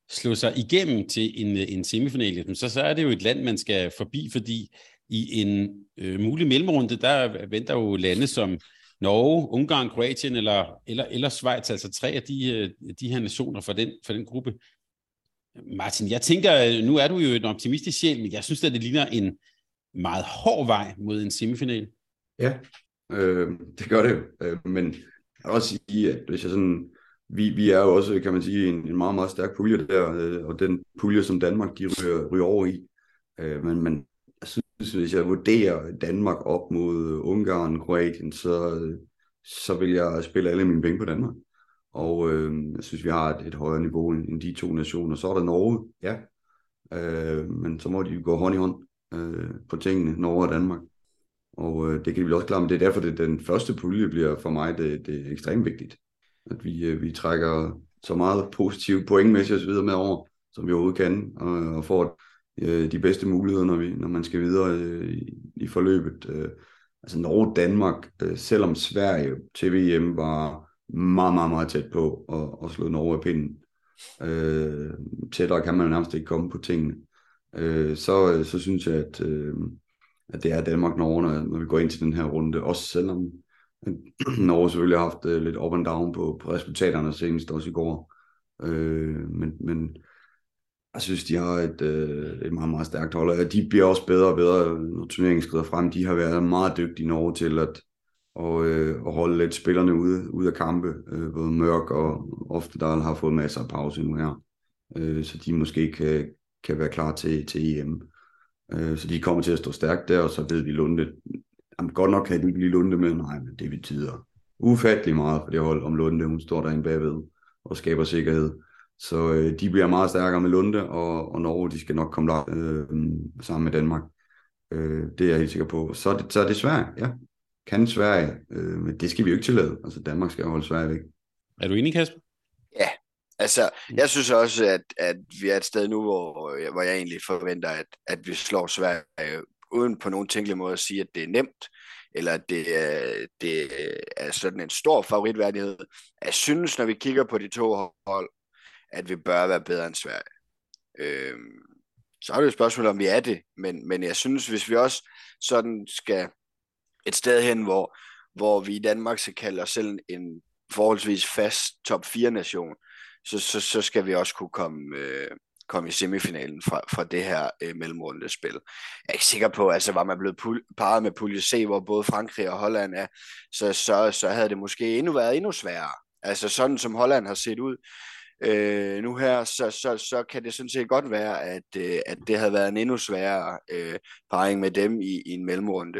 S2: slå sig igennem til en, en semifinal, så, så er det jo et land, man skal forbi, fordi i en øh, mulig mellemrunde, der venter jo lande som Norge, Ungarn, Kroatien eller, eller, eller Schweiz, altså tre af de, de her nationer fra den, fra den gruppe. Martin, jeg tænker, nu er du jo en optimistisk sjæl, men jeg synes, at det ligner en meget hård vej mod en semifinal.
S4: Ja, øh, det gør det jo. Øh, men jeg vil også sige, at hvis jeg sådan, vi, vi er jo også, kan man sige, en, en meget, meget stærk pulje der, øh, og den pulje, som Danmark de ryger, ryger over i. Øh, men, men jeg synes, hvis jeg vurderer Danmark op mod Ungarn, Kroatien, så, så vil jeg spille alle mine penge på Danmark. Og øh, jeg synes, vi har et, et højere niveau end de to nationer. Så er der Norge, ja. Øh, men så må de gå hånd i hånd øh, på tingene, Norge og Danmark. Og øh, det kan vi også klare, men det er derfor, at den første pulje bliver for mig det, det er ekstremt vigtigt. At vi, øh, vi trækker så meget positivt pointmæssigt og så videre med over, som vi overhovedet kan, og, og får øh, de bedste muligheder, når, vi, når man skal videre øh, i, i forløbet. Øh, altså Norge og Danmark, øh, selvom Sverige til V M var meget, meget, meget tæt på at, at slå Norge af pinden. Øh, tættere kan man nærmest ikke komme på tingene. Øh, så, så synes jeg, at, øh, at det er Danmark-Norge, når, når vi går ind til den her runde. Også selvom Norge selvfølgelig har haft uh, lidt up and down på, på resultaterne senest også i går. Øh, men, men jeg synes, de har et, uh, et meget, meget stærkt hold. Og de bliver også bedre og bedre, når turneringen skrider frem. De har været meget dygtige Norge til at, og, uh, at holde lidt spillerne ude, ude af kampe. Uh, både Mørk og ofte der har fået masser af pause nu her. Uh, så de måske kan, kan være klar til, til E M. Uh, så de kommer til at stå stærkt der, og så ved vi Lunde. Jamen, godt nok kan de ikke lige Lunde med, nej, men det betyder ufattelig meget for det hold om Lunde. Hun står derinde bagved og skaber sikkerhed. Så øh, de bliver meget stærkere med Lunde, og, og Norge, de skal nok komme der øh, sammen med Danmark. Øh, det er jeg helt sikker på. Så er det, så er det Sverige, ja. Kan Sverige, øh, men det skal vi jo ikke tillade. Altså Danmark skal holde Sverige væk.
S2: Er du enig, Kasper?
S3: Ja, altså jeg synes også, at, at vi er et sted nu, hvor, hvor jeg egentlig forventer, at, at vi slår Sverige uden på nogen tænkelig måde at sige, at det er nemt, eller at det er, det er sådan en stor favoritværdighed. Jeg synes, når vi kigger på de to hold, at vi bør være bedre end Sverige. Øhm, så er det jo et spørgsmål, om vi er det, men, men jeg synes, hvis vi også sådan skal et sted hen, hvor, hvor vi i Danmark skal kalde os selv en forholdsvis fast top fire nation, så, så, så skal vi også kunne komme... Øh, kom i semifinalen fra, fra det her øh, mellemrundespil. Jeg er ikke sikker på, altså var man blevet pul- parret med pulje C, hvor både Frankrig og Holland er, så, så, så havde det måske endnu været endnu sværere. Altså sådan som Holland har set ud øh, nu her, så, så, så kan det sådan set godt være, at, øh, at det havde været en endnu sværere øh, parring med dem i, i en mellemrunde.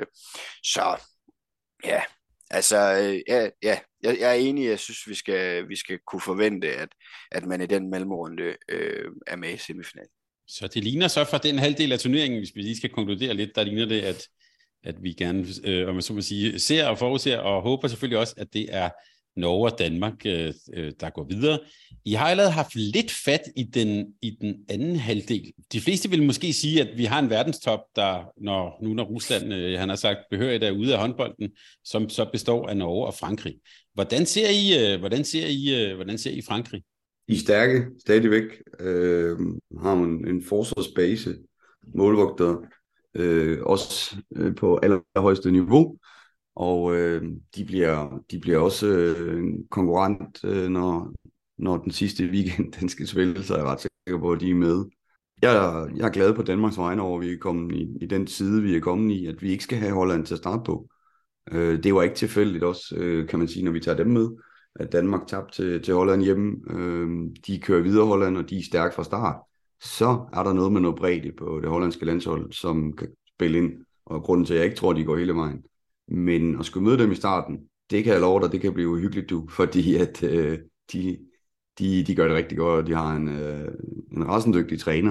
S3: Så ja, altså øh, ja, ja, jeg, jeg er enig, jeg synes, vi skal, vi skal kunne forvente, at, at man i den mellemrunde øh, er med i semifinalen.
S2: Så det ligner så fra den halvdel af turneringen, hvis vi lige skal konkludere lidt, der ligner det, at, at vi gerne, øh, om man så må sige, ser og forudser, og håber selvfølgelig også, at det er Norge og Danmark, øh, der går videre. I har allerede haft lidt fat i den, i den anden halvdel. De fleste vil måske sige, at vi har en verdenstop, der når, nu når Rusland, øh, han har sagt, behørig der ude af håndbolden, som så består af Norge og Frankrig. Hvordan ser I, øh, hvordan ser I, øh, hvordan ser I Frankrig?
S4: I er stærke, stadigvæk. Øh, har man en forsvarsbase, målvogter, øh, også øh, på allerhøjeste niveau. Og øh, de, bliver, de bliver også øh, en konkurrent, øh, når, når den sidste weekend den skal spille, så er jeg ret sikker på, at de er med. Jeg, jeg er glad på Danmarks vegne over, at vi er kommet i, i den side, vi er kommet i, at vi ikke skal have Holland til at starte på. Øh, det var ikke tilfældigt også, øh, kan man sige, når vi tager dem med, at Danmark tabte til, til Holland hjemme. Øh, de kører videre Holland, og de er stærke fra start. Så er der noget med noget bredde på det hollandske landshold, som kan spille ind. Og grunden til, at jeg ikke tror, at de går hele vejen. Men at skulle møde dem i starten, det kan jeg love dig, det kan blive uhyggeligt, du, fordi at øh, de, de, de gør det rigtig godt, og de har en, øh, en rasendygtig træner,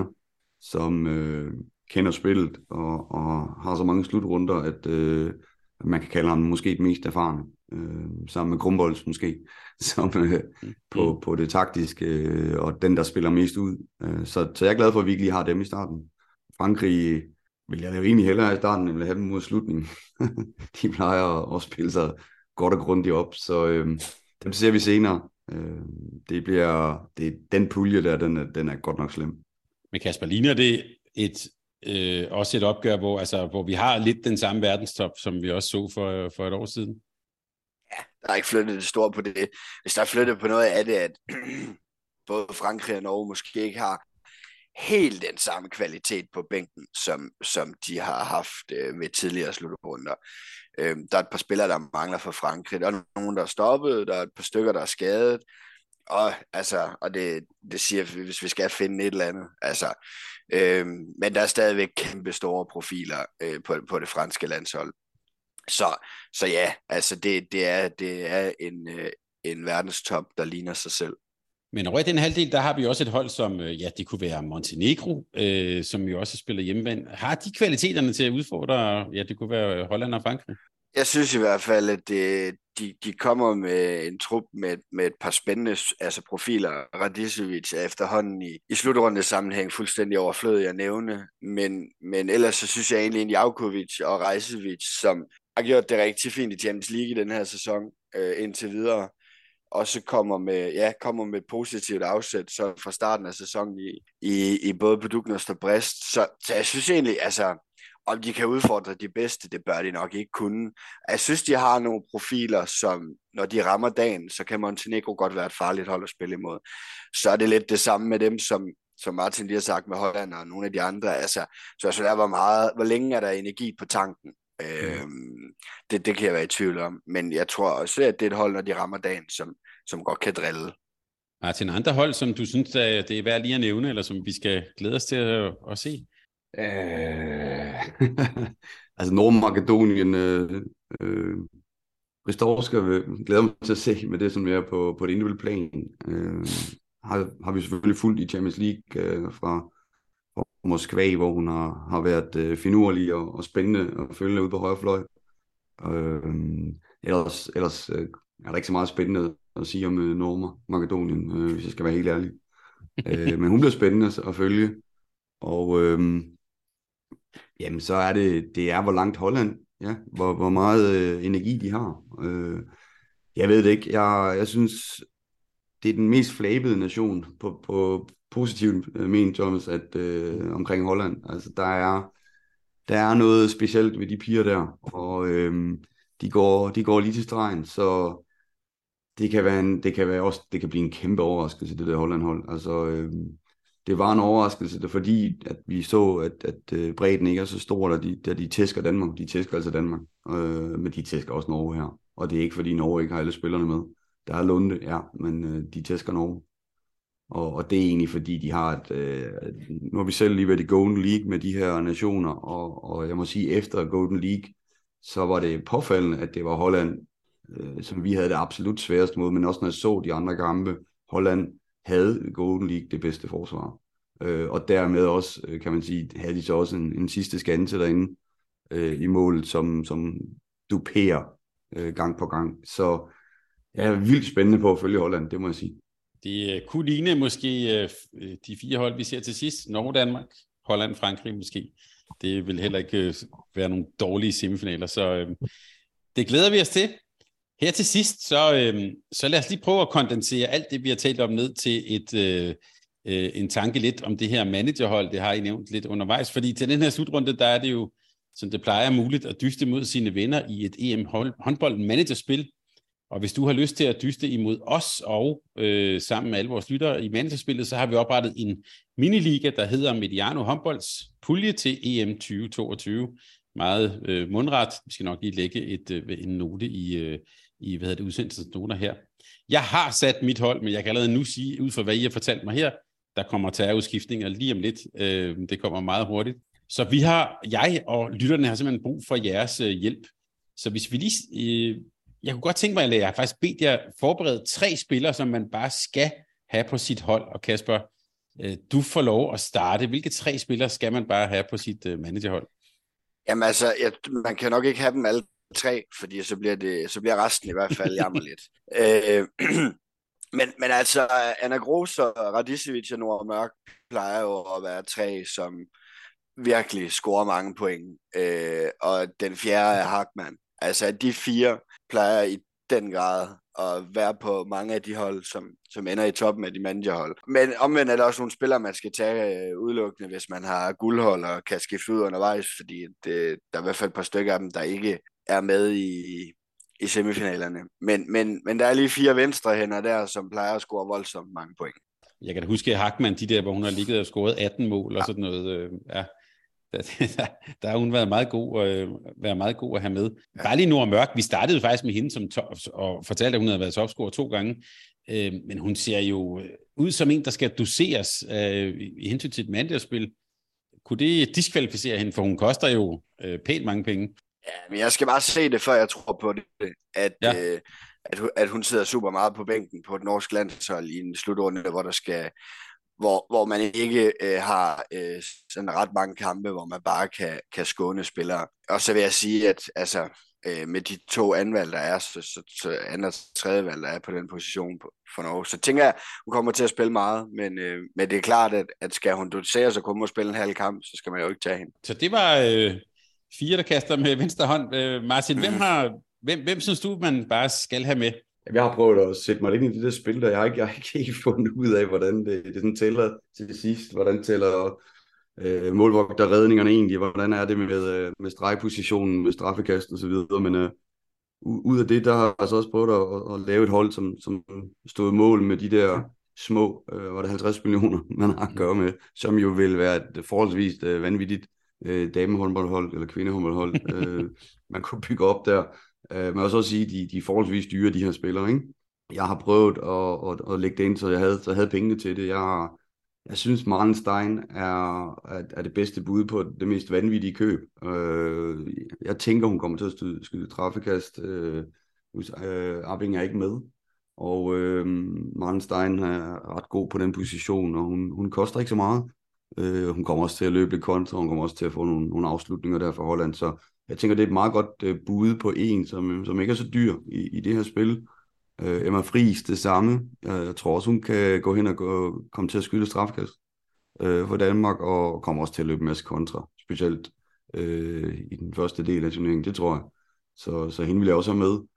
S4: som øh, kender spillet, og, og har så mange slutrunder, at øh, man kan kalde ham måske det mest erfarne, øh, sammen med Grumbolds måske, som øh, på, på det taktiske, øh, og den, der spiller mest ud. Øh, så, så jeg er glad for, at vi ikke lige har dem i starten. Frankrig vil jeg jo egentlig hellere i starten, end have dem mod slutningen. De plejer at, at spille sig godt og grundigt op, så øh, dem ser vi senere. Øh, det bliver, det, den pulje der, den er, den er godt nok slem.
S2: Men Kasper, ligner det et, øh, også et opgør, hvor, altså, hvor vi har lidt den samme verdenstop, som vi også så for, for et år siden?
S3: Ja, der er ikke flyttet det store på det. Hvis der er flyttet på noget af det, at både Frankrig og Norge måske ikke har helt den samme kvalitet på bænken, som, som de har haft øh, med tidligere slutrunder. Øh, der er et par spillere, der mangler for Frankrig. Der er nogen, der er stoppet. Der er et par stykker, der er skadet. Og, altså, og det, det siger, hvis vi skal finde et eller andet. Altså, øh, men der er stadigvæk kæmpe store profiler øh, på, på det franske landshold. Så, så ja, altså det, det er, det er en, øh, en verdenstop, der ligner sig selv.
S2: Men over i den halvdel, der har vi også et hold, som, ja, det kunne være Montenegro, øh, som jo også spiller hjemmebane. Har de kvaliteterne til at udfordre, ja, det kunne være Holland og Frankrig?
S3: Jeg synes i hvert fald, at det, de, de kommer med en trup med, med et par spændende altså profiler. Radicevic er efterhånden i, i slutrunde sammenhæng fuldstændig overflødig at nævne, men, men ellers så synes jeg egentlig, at Javkovic og Rajcevic, som har gjort det rigtig fint i Champions League i den her sæson øh, indtil videre, også kommer med, ja, kommer med et positivt afsæt så fra starten af sæsonen i, i, i både Buduknost og Brest. Så, så jeg synes egentlig, altså, om de kan udfordre de bedste, det bør de nok ikke kunne. Jeg synes, de har nogle profiler, som når de rammer dagen, så kan Montenegro godt være et farligt hold at spille imod. Så er det lidt det samme med dem, som, som Martin lige har sagt med Holland og nogle af de andre. Altså, så altså, der var meget, hvor længe er der energi på tanken? Øhm, det, det kan jeg være i tvivl om, men jeg tror også, at det er et hold, når de rammer dagen, som, som godt kan drille.
S2: Martin, andre hold, som du synes, det er værd lige at nævne, eller som vi skal glæde os til at, at se?
S4: Øh... altså Nordmakedonien, øh, øh, Ristorska glæder mig til at se med det, som er på, på det individuelle plan. Øh, har, har vi selvfølgelig fulgt i Champions League øh, fra, fra Moskva, hvor hun har, har været øh, finurlig og, og spændende at følge ud på højre fløj. Øh, ellers ellers øh, er der ikke så meget spændende at sige om øh, Nordmakedonien, øh, hvis jeg skal være helt ærlig. øh, men hun bliver spændende at følge. Og øh, jamen så er det, det er hvor langt Holland, ja, hvor, hvor meget øh, energi de har. Øh, jeg ved det ikke, jeg, jeg synes, det er den mest flabede nation på, på positivt øh, men, Thomas, at, øh, omkring Holland. Altså der er, der er noget specielt ved de piger der, og øh, de, går, de går lige til stregen, så det kan være, en, det kan være også, det kan blive en kæmpe overraskelse, det der Holland-hold. Altså øh, det var en overraskelse, det fordi, at vi så, at, at bredden ikke er så stor, da de, da de tæsker Danmark. De tæsker altså Danmark, øh, men de tæsker også Norge her. Og det er ikke, fordi Norge ikke har alle spillerne med. Der er Lunde, ja, men øh, de tæsker Norge. Og, og det er egentlig, fordi de har et... Øh, nu har vi selv lige været i Golden League med de her nationer, og, og jeg må sige, efter Golden League, så var det påfaldende, at det var Holland, øh, som vi havde det absolut sværeste mod, men også når jeg så de andre kampe, Holland havde Golden League det bedste forsvar. Øh, og dermed også, kan man sige, havde de så også en, en sidste skanse derinde øh, i målet, som, som duperer øh, gang på gang. Så jeg er vildt spændende på at følge Holland, det må jeg sige.
S2: Det kunne ligne måske øh, de fire hold, vi ser til sidst. Norge, Danmark, Holland, Frankrig måske. Det vil heller ikke øh, være nogle dårlige semifinaler, så øh, det glæder vi os til. Her til sidst, så, øh, så lad os lige prøve at kondensere alt det, vi har talt om ned til et, øh, øh, en tanke lidt om det her managerhold. Det har I nævnt lidt undervejs, fordi til den her slutrunde, der er det jo, som det plejer, muligt at dyste mod sine venner i et E M håndbold managerspil. Og hvis du har lyst til at dyste imod os og øh, sammen med alle vores lyttere i managerspillet, så har vi oprettet en miniliga, der hedder Mediano Håndbolds pulje til E M tyve toogtyve. Meget øh, mundret. Vi skal nok lige lægge et, øh, en note i, øh, i hvad hedder det, udsendelsens noter her. Jeg har sat mit hold, men jeg kan allerede nu sige, ud fra hvad I har fortalt mig her, der kommer terrorudskiftninger lige om lidt. Øh, det kommer meget hurtigt. Så vi har, jeg og lytterne har simpelthen brug for jeres øh, hjælp. Så hvis vi lige... Øh, jeg kunne godt tænke mig, at jeg har faktisk bedt jer forberede tre spillere, som man bare skal have på sit hold. Og Kasper, øh, du får lov at starte. Hvilke tre spillere skal man bare have på sit øh, managerhold?
S3: Jamen altså, jeg, man kan nok ikke have dem alle tre, fordi så bliver, det, så bliver resten i hvert fald jammerligt. øh, men, men altså, Anna Gros og Radicevic og Nora Mørk plejer jo at være tre, som virkelig scorer mange point. Øh, og den fjerde er Hartmann. Altså, de fire plejer i den grad at være på mange af de hold, som, som ender i toppen af de managerhold. Men omvendt er der også nogle spillere, man skal tage øh, udelukkende, hvis man har guldhold og kan skifte ud undervejs, fordi det, der er i hvert fald et par stykker af dem, der ikke er med i, i semifinalerne. Men, men, men der er lige fire venstrehænder der, som plejer at score voldsomt mange point.
S2: Jeg kan da huske Hackman, de der, hvor hun har ligget og scoret atten mål og sådan noget. Ja, der, der, der har hun været meget god, øh, været meget god at have med. Bare lige Nora Mørk, vi startede faktisk med hende som top, og fortalte, at hun havde været topscorer to gange. Øh, men hun ser jo ud som en, der skal doseres øh, i hensyn til et mandagspil. Kunne det diskvalificere hende, for hun koster jo øh, pænt mange penge?
S3: Ja, men jeg skal bare se det, før jeg tror på det, at, ja. øh, at, at hun sidder super meget på bænken på et norsk landshold i en slutrunde, hvor der skal, hvor, hvor man ikke øh, har øh, sådan ret mange kampe, hvor man bare kan, kan skåne spillere. Og så vil jeg sige, at altså, øh, med de to anvalg, der er, så, så, så anden og tredje valg, der er på den position på, for Norge, så tænker jeg, hun kommer til at spille meget, men, øh, men det er klart, at, at skal hun dosere, så kommer hun at spille en halv kamp, så skal man jo ikke tage hende.
S2: Så det var øh, fire, der kaster med venstre hånd. Øh, Martin, hvem, har, hvem, hvem synes du, man bare skal have med?
S4: Jeg har prøvet at sætte mig lidt ind i det der spil, der jeg har ikke, jeg har ikke helt fundet ud af, hvordan det, det sådan tæller til sidst, hvordan tæller øh, målvogterredningerne egentlig, hvordan er det med, øh, med stregpositionen, med straffekast og så videre, men øh, ud af det, der har jeg altså også prøvet at, at lave et hold, som, som stod mål med de der små, øh, var det halvtreds millioner, man har at gøre med, som jo vil være et forholdsvis øh, vanvittigt øh, damehåndboldhold, eller kvindehåndboldhold, øh, man kunne bygge op der. Uh, man kan også sige, at de, de er forholdsvis dyre, de her spillere, ikke? Jeg har prøvet at, at, at lægge det ind, så jeg havde, så jeg havde pengene til det. Jeg, jeg synes, Maren Stein er, er, er det bedste bud på det mest vanvittige køb. Uh, jeg tænker, hun kommer til at skyde, skyde træffekast. Uh, uh, Abing er ikke med. Og uh, Maren Stein er ret god på den position, og hun, hun koster ikke så meget. Uh, hun kommer også til at løbe lidt kontra, hun kommer også til at få nogle, nogle afslutninger der for Holland, så jeg tænker, det er et meget godt uh, bud på en, som, som ikke er så dyr i, i det her spil. Uh, Emma Friis, det samme. Uh, jeg tror også, hun kan gå hen og gå, komme til at skyde straffekast uh, for Danmark, og kommer også til at løbe en masse kontra, specielt uh, i den første del af turneringen, det tror jeg. Så, så hende vil jeg også have med.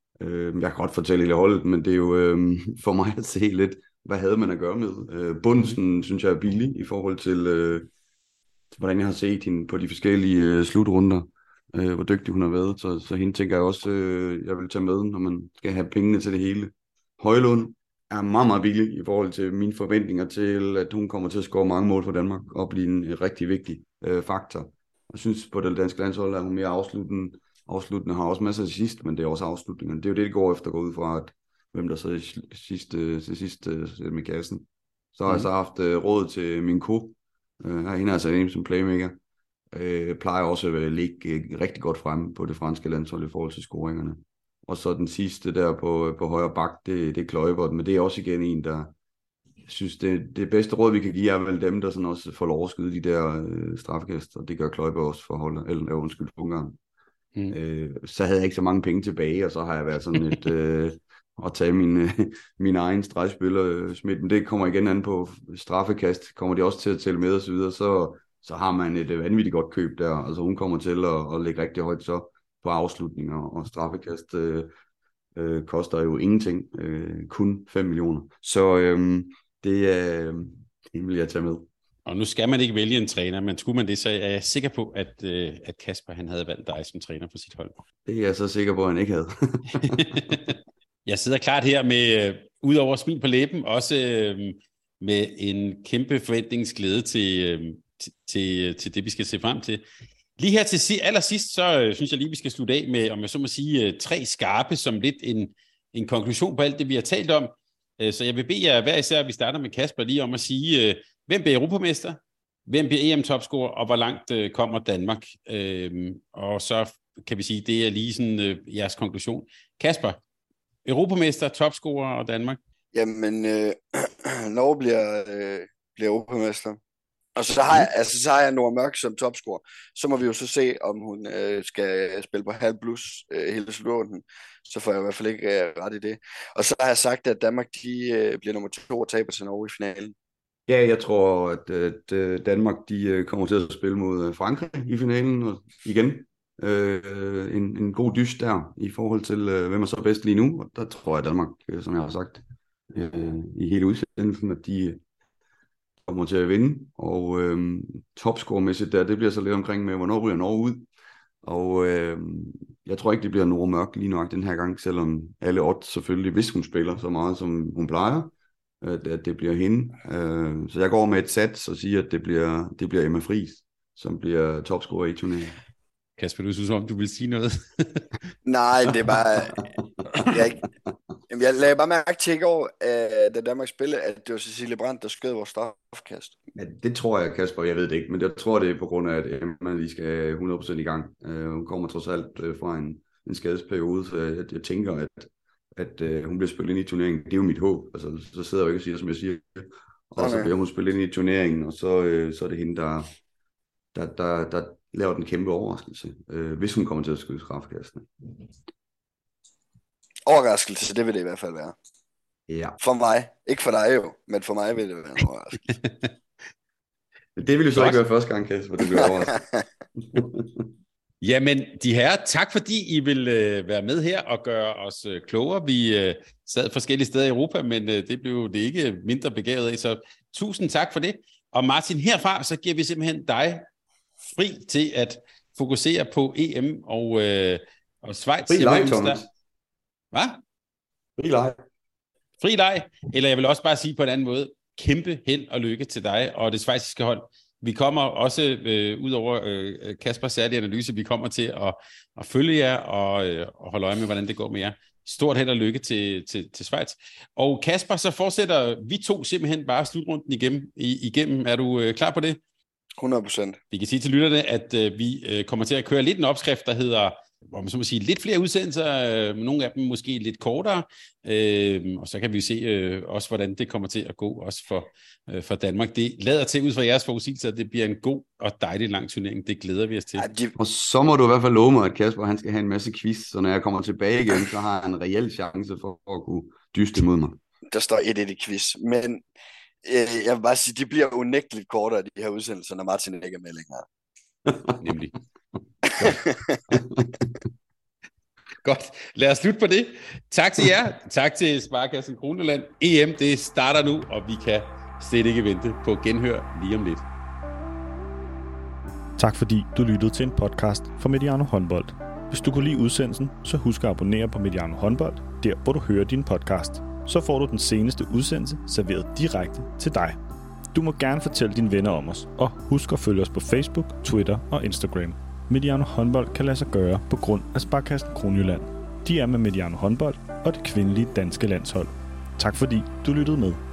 S4: Uh, jeg kan godt fortælle hele holdet, men det er jo uh, for mig at se lidt, hvad havde man at gøre med. Uh, Bundsen, synes jeg, er billig i forhold til, uh, til hvordan jeg har set hende på de forskellige uh, slutrunder. Øh, hvor dygtig hun har været, så, så hende tænker jeg også, øh, jeg vil tage med, når man skal have pengene til det hele. Højlund er meget, meget billig i forhold til mine forventninger til, at hun kommer til at score mange mål for Danmark og blive en, en rigtig vigtig øh, faktor. Jeg synes på det danske landshold, at hun mere afsluttende, afsluttende har også masser af sidst, men det er også afslutninger. Det er jo det, det går efter, går ud fra, at hvem der så er sidste, til sidst øh, med kassen. Så har mm. jeg så haft øh, råd til min ko. Øh, her hende er altså en som playmaker. Øh, plejer også at ligge øh, rigtig godt frem på det franske landshold i forhold til scoringerne. Og så den sidste der på, på højre bak, det, det er Kløjbert, men det er også igen en, der jeg synes, det, det bedste råd, vi kan give, er vel dem, der sådan også får lov at skyde de der øh, straffekast, og det gør Kløjbert også for Holland, eller undskyld, for Ungarn. Mm. Øh, så havde jeg ikke så mange penge tilbage, og så har jeg været sådan et... Øh, at tage min, øh, min egen stregspiller øh, smidt, men det kommer igen an på straffekast, kommer de også til at tælle med og så videre, så så har man et vanvittigt godt køb der. Altså hun kommer til at, at lægge rigtig højt så på afslutninger, og straffekast øh, øh, koster jo ingenting, øh, kun fem millioner. Så øh, det, øh, det vil jeg tage med.
S2: Og nu skal man ikke vælge en træner, men skulle man det, så er jeg sikker på, at, øh, at Kasper han havde valgt dig som træner for sit hold.
S4: Det er jeg så sikker på, at han ikke havde.
S2: Jeg sidder klart her med, øh, ud over smil på læben, også øh, med en kæmpe forventningsglæde til... Øh, Til, til det, vi skal se frem til. Lige her til allersidst, så øh, synes jeg lige, vi skal slutte af med, om jeg så må sige, øh, tre skarpe, som lidt en, en konklusion på alt det, vi har talt om. Øh, så jeg vil bede jer hver især, vi starter med Kasper, lige om at sige, øh, hvem bliver europamester, hvem bliver E M-topscorer, og hvor langt øh, kommer Danmark. Øh, og så kan vi sige, det er lige sådan øh, jeres konklusion. Kasper, europamester, topscorer og Danmark?
S3: Jamen, øh, Norge bliver, øh, bliver europamester. Og så har, jeg, altså, så har jeg Nora Mørk som topscorer. Så må vi jo så se, om hun øh, skal spille på halv plus øh, hele slutrunden. Så får jeg i hvert fald ikke øh, ret i det. Og så har jeg sagt, at Danmark de, øh, bliver nummer to og taber til Norge i finalen.
S4: Ja, jeg tror, at, at Danmark de kommer til at spille mod Frankrig i finalen og igen. øh, en, en god dyst der, i forhold til, øh, hvem er så bedst lige nu. Og der tror jeg, Danmark, øh, som jeg har sagt, øh, i hele udsendelsen, at de kommer til at vinde. Og øh, topscore-mæssigt der, det bliver så lidt omkring med, hvornår ryger Norge ud. Og øh, jeg tror ikke, det bliver Nora Mørk lige nok den her gang, selvom alle odds selvfølgelig, hvis hun spiller så meget, som hun plejer, at, at det bliver hende. Øh, så jeg går med et sats og siger, at det bliver, det bliver Emma Friis, som bliver topscorer i turneringen.
S2: Kasper, du synes om, du vil sige noget?
S3: Nej, det er bare... Jeg, jamen, jeg lagde bare mærke til i går, at da Danmark spillede, at det var Cecilie Brandt, der skød vores strafkast.
S4: Ja, det tror jeg, Kasper, jeg ved det ikke, men jeg tror, det er på grund af, at Emma lige skal hundrede procent i gang. Uh, hun kommer trods alt uh, fra en, en skadesperiode, så jeg, jeg tænker, at, at uh, hun bliver spillet ind i turneringen. Det er jo mit håb. Altså, så sidder jeg jo ikke og siger, som jeg siger. Og okay. Så bliver hun spillet ind i turneringen, og så, uh, så er det hende, der, der, der, der laver den kæmpe overraskelse, uh, hvis hun kommer til at skyde strafkastene.
S3: Overraskelse, det vil det i hvert fald være.
S4: Ja.
S3: For mig. Ikke for dig jo, men for mig vil det være en overraskelse.
S4: Det vil jo så ikke være første gang, Kasper, det bliver overraskelse.
S2: Jamen, de her, tak fordi I vil øh, være med her og gøre os øh, klogere. Vi øh, sad forskellige steder i Europa, men øh, det blev det ikke mindre begavet af, så tusind tak for det. Og Martin, herfra, så giver vi simpelthen dig fri til at fokusere på E M og, øh, og Schweiz.
S4: Fri leg, Thomas.
S2: Hvad?
S4: Fri leg.
S2: Fri leg, eller jeg vil også bare sige på en anden måde, kæmpe held og lykke til dig og det schweiziske hold. Vi kommer også, øh, ud over øh, Kaspers særlige analyse, vi kommer til at, at følge jer og, øh, og holde øje med, hvordan det går med jer. Stort held og lykke til, til, til Schweiz. Og Kasper, så fortsætter vi to simpelthen bare slutrunden igennem. igennem. Er du øh, klar på det?
S3: hundrede procent.
S2: Vi kan sige til lytterne, at øh, vi øh, kommer til at køre lidt en opskrift, der hedder, hvor man så må sige, lidt flere udsendelser, øh, nogle af dem måske lidt kortere, øh, og så kan vi se øh, også, hvordan det kommer til at gå, også for, øh, for Danmark. Det lader til, ud fra jeres forudsigelser, at det bliver en god og dejlig lang turnering. Det glæder vi os til.
S3: Ja, de...
S4: Og så må du i hvert fald love mig, at Kasper han skal have en masse quiz, så når jeg kommer tilbage igen, så har jeg en reel chance for at kunne dyste mod mig.
S3: Der står et et i quiz, men øh, jeg vil bare sige, de bliver unægteligt kortere, de her udsendelser, når Martin ikke er med længere.
S2: Nemlig. Godt, lad os slutte på det. Tak til jer, tak til Sparkassen Kroneland. E M, det starter nu, og vi kan slet ikke vente på genhør lige om lidt.
S1: Tak fordi du lyttede til en podcast fra Mediano Håndbold. Hvis du kunne lide udsendelsen, så husk at abonnere på Mediano Håndbold, der hvor du hører din podcast. Så får du den seneste udsendelse serveret direkte til dig. Du må gerne fortælle dine venner om os, og husk at følge os på Facebook, Twitter og Instagram. Mediano Håndbold kan lade sig gøre på grund af Sparkassen Kronjylland. De er med Mediano Håndbold og det kvindelige danske landshold. Tak fordi du lyttede med.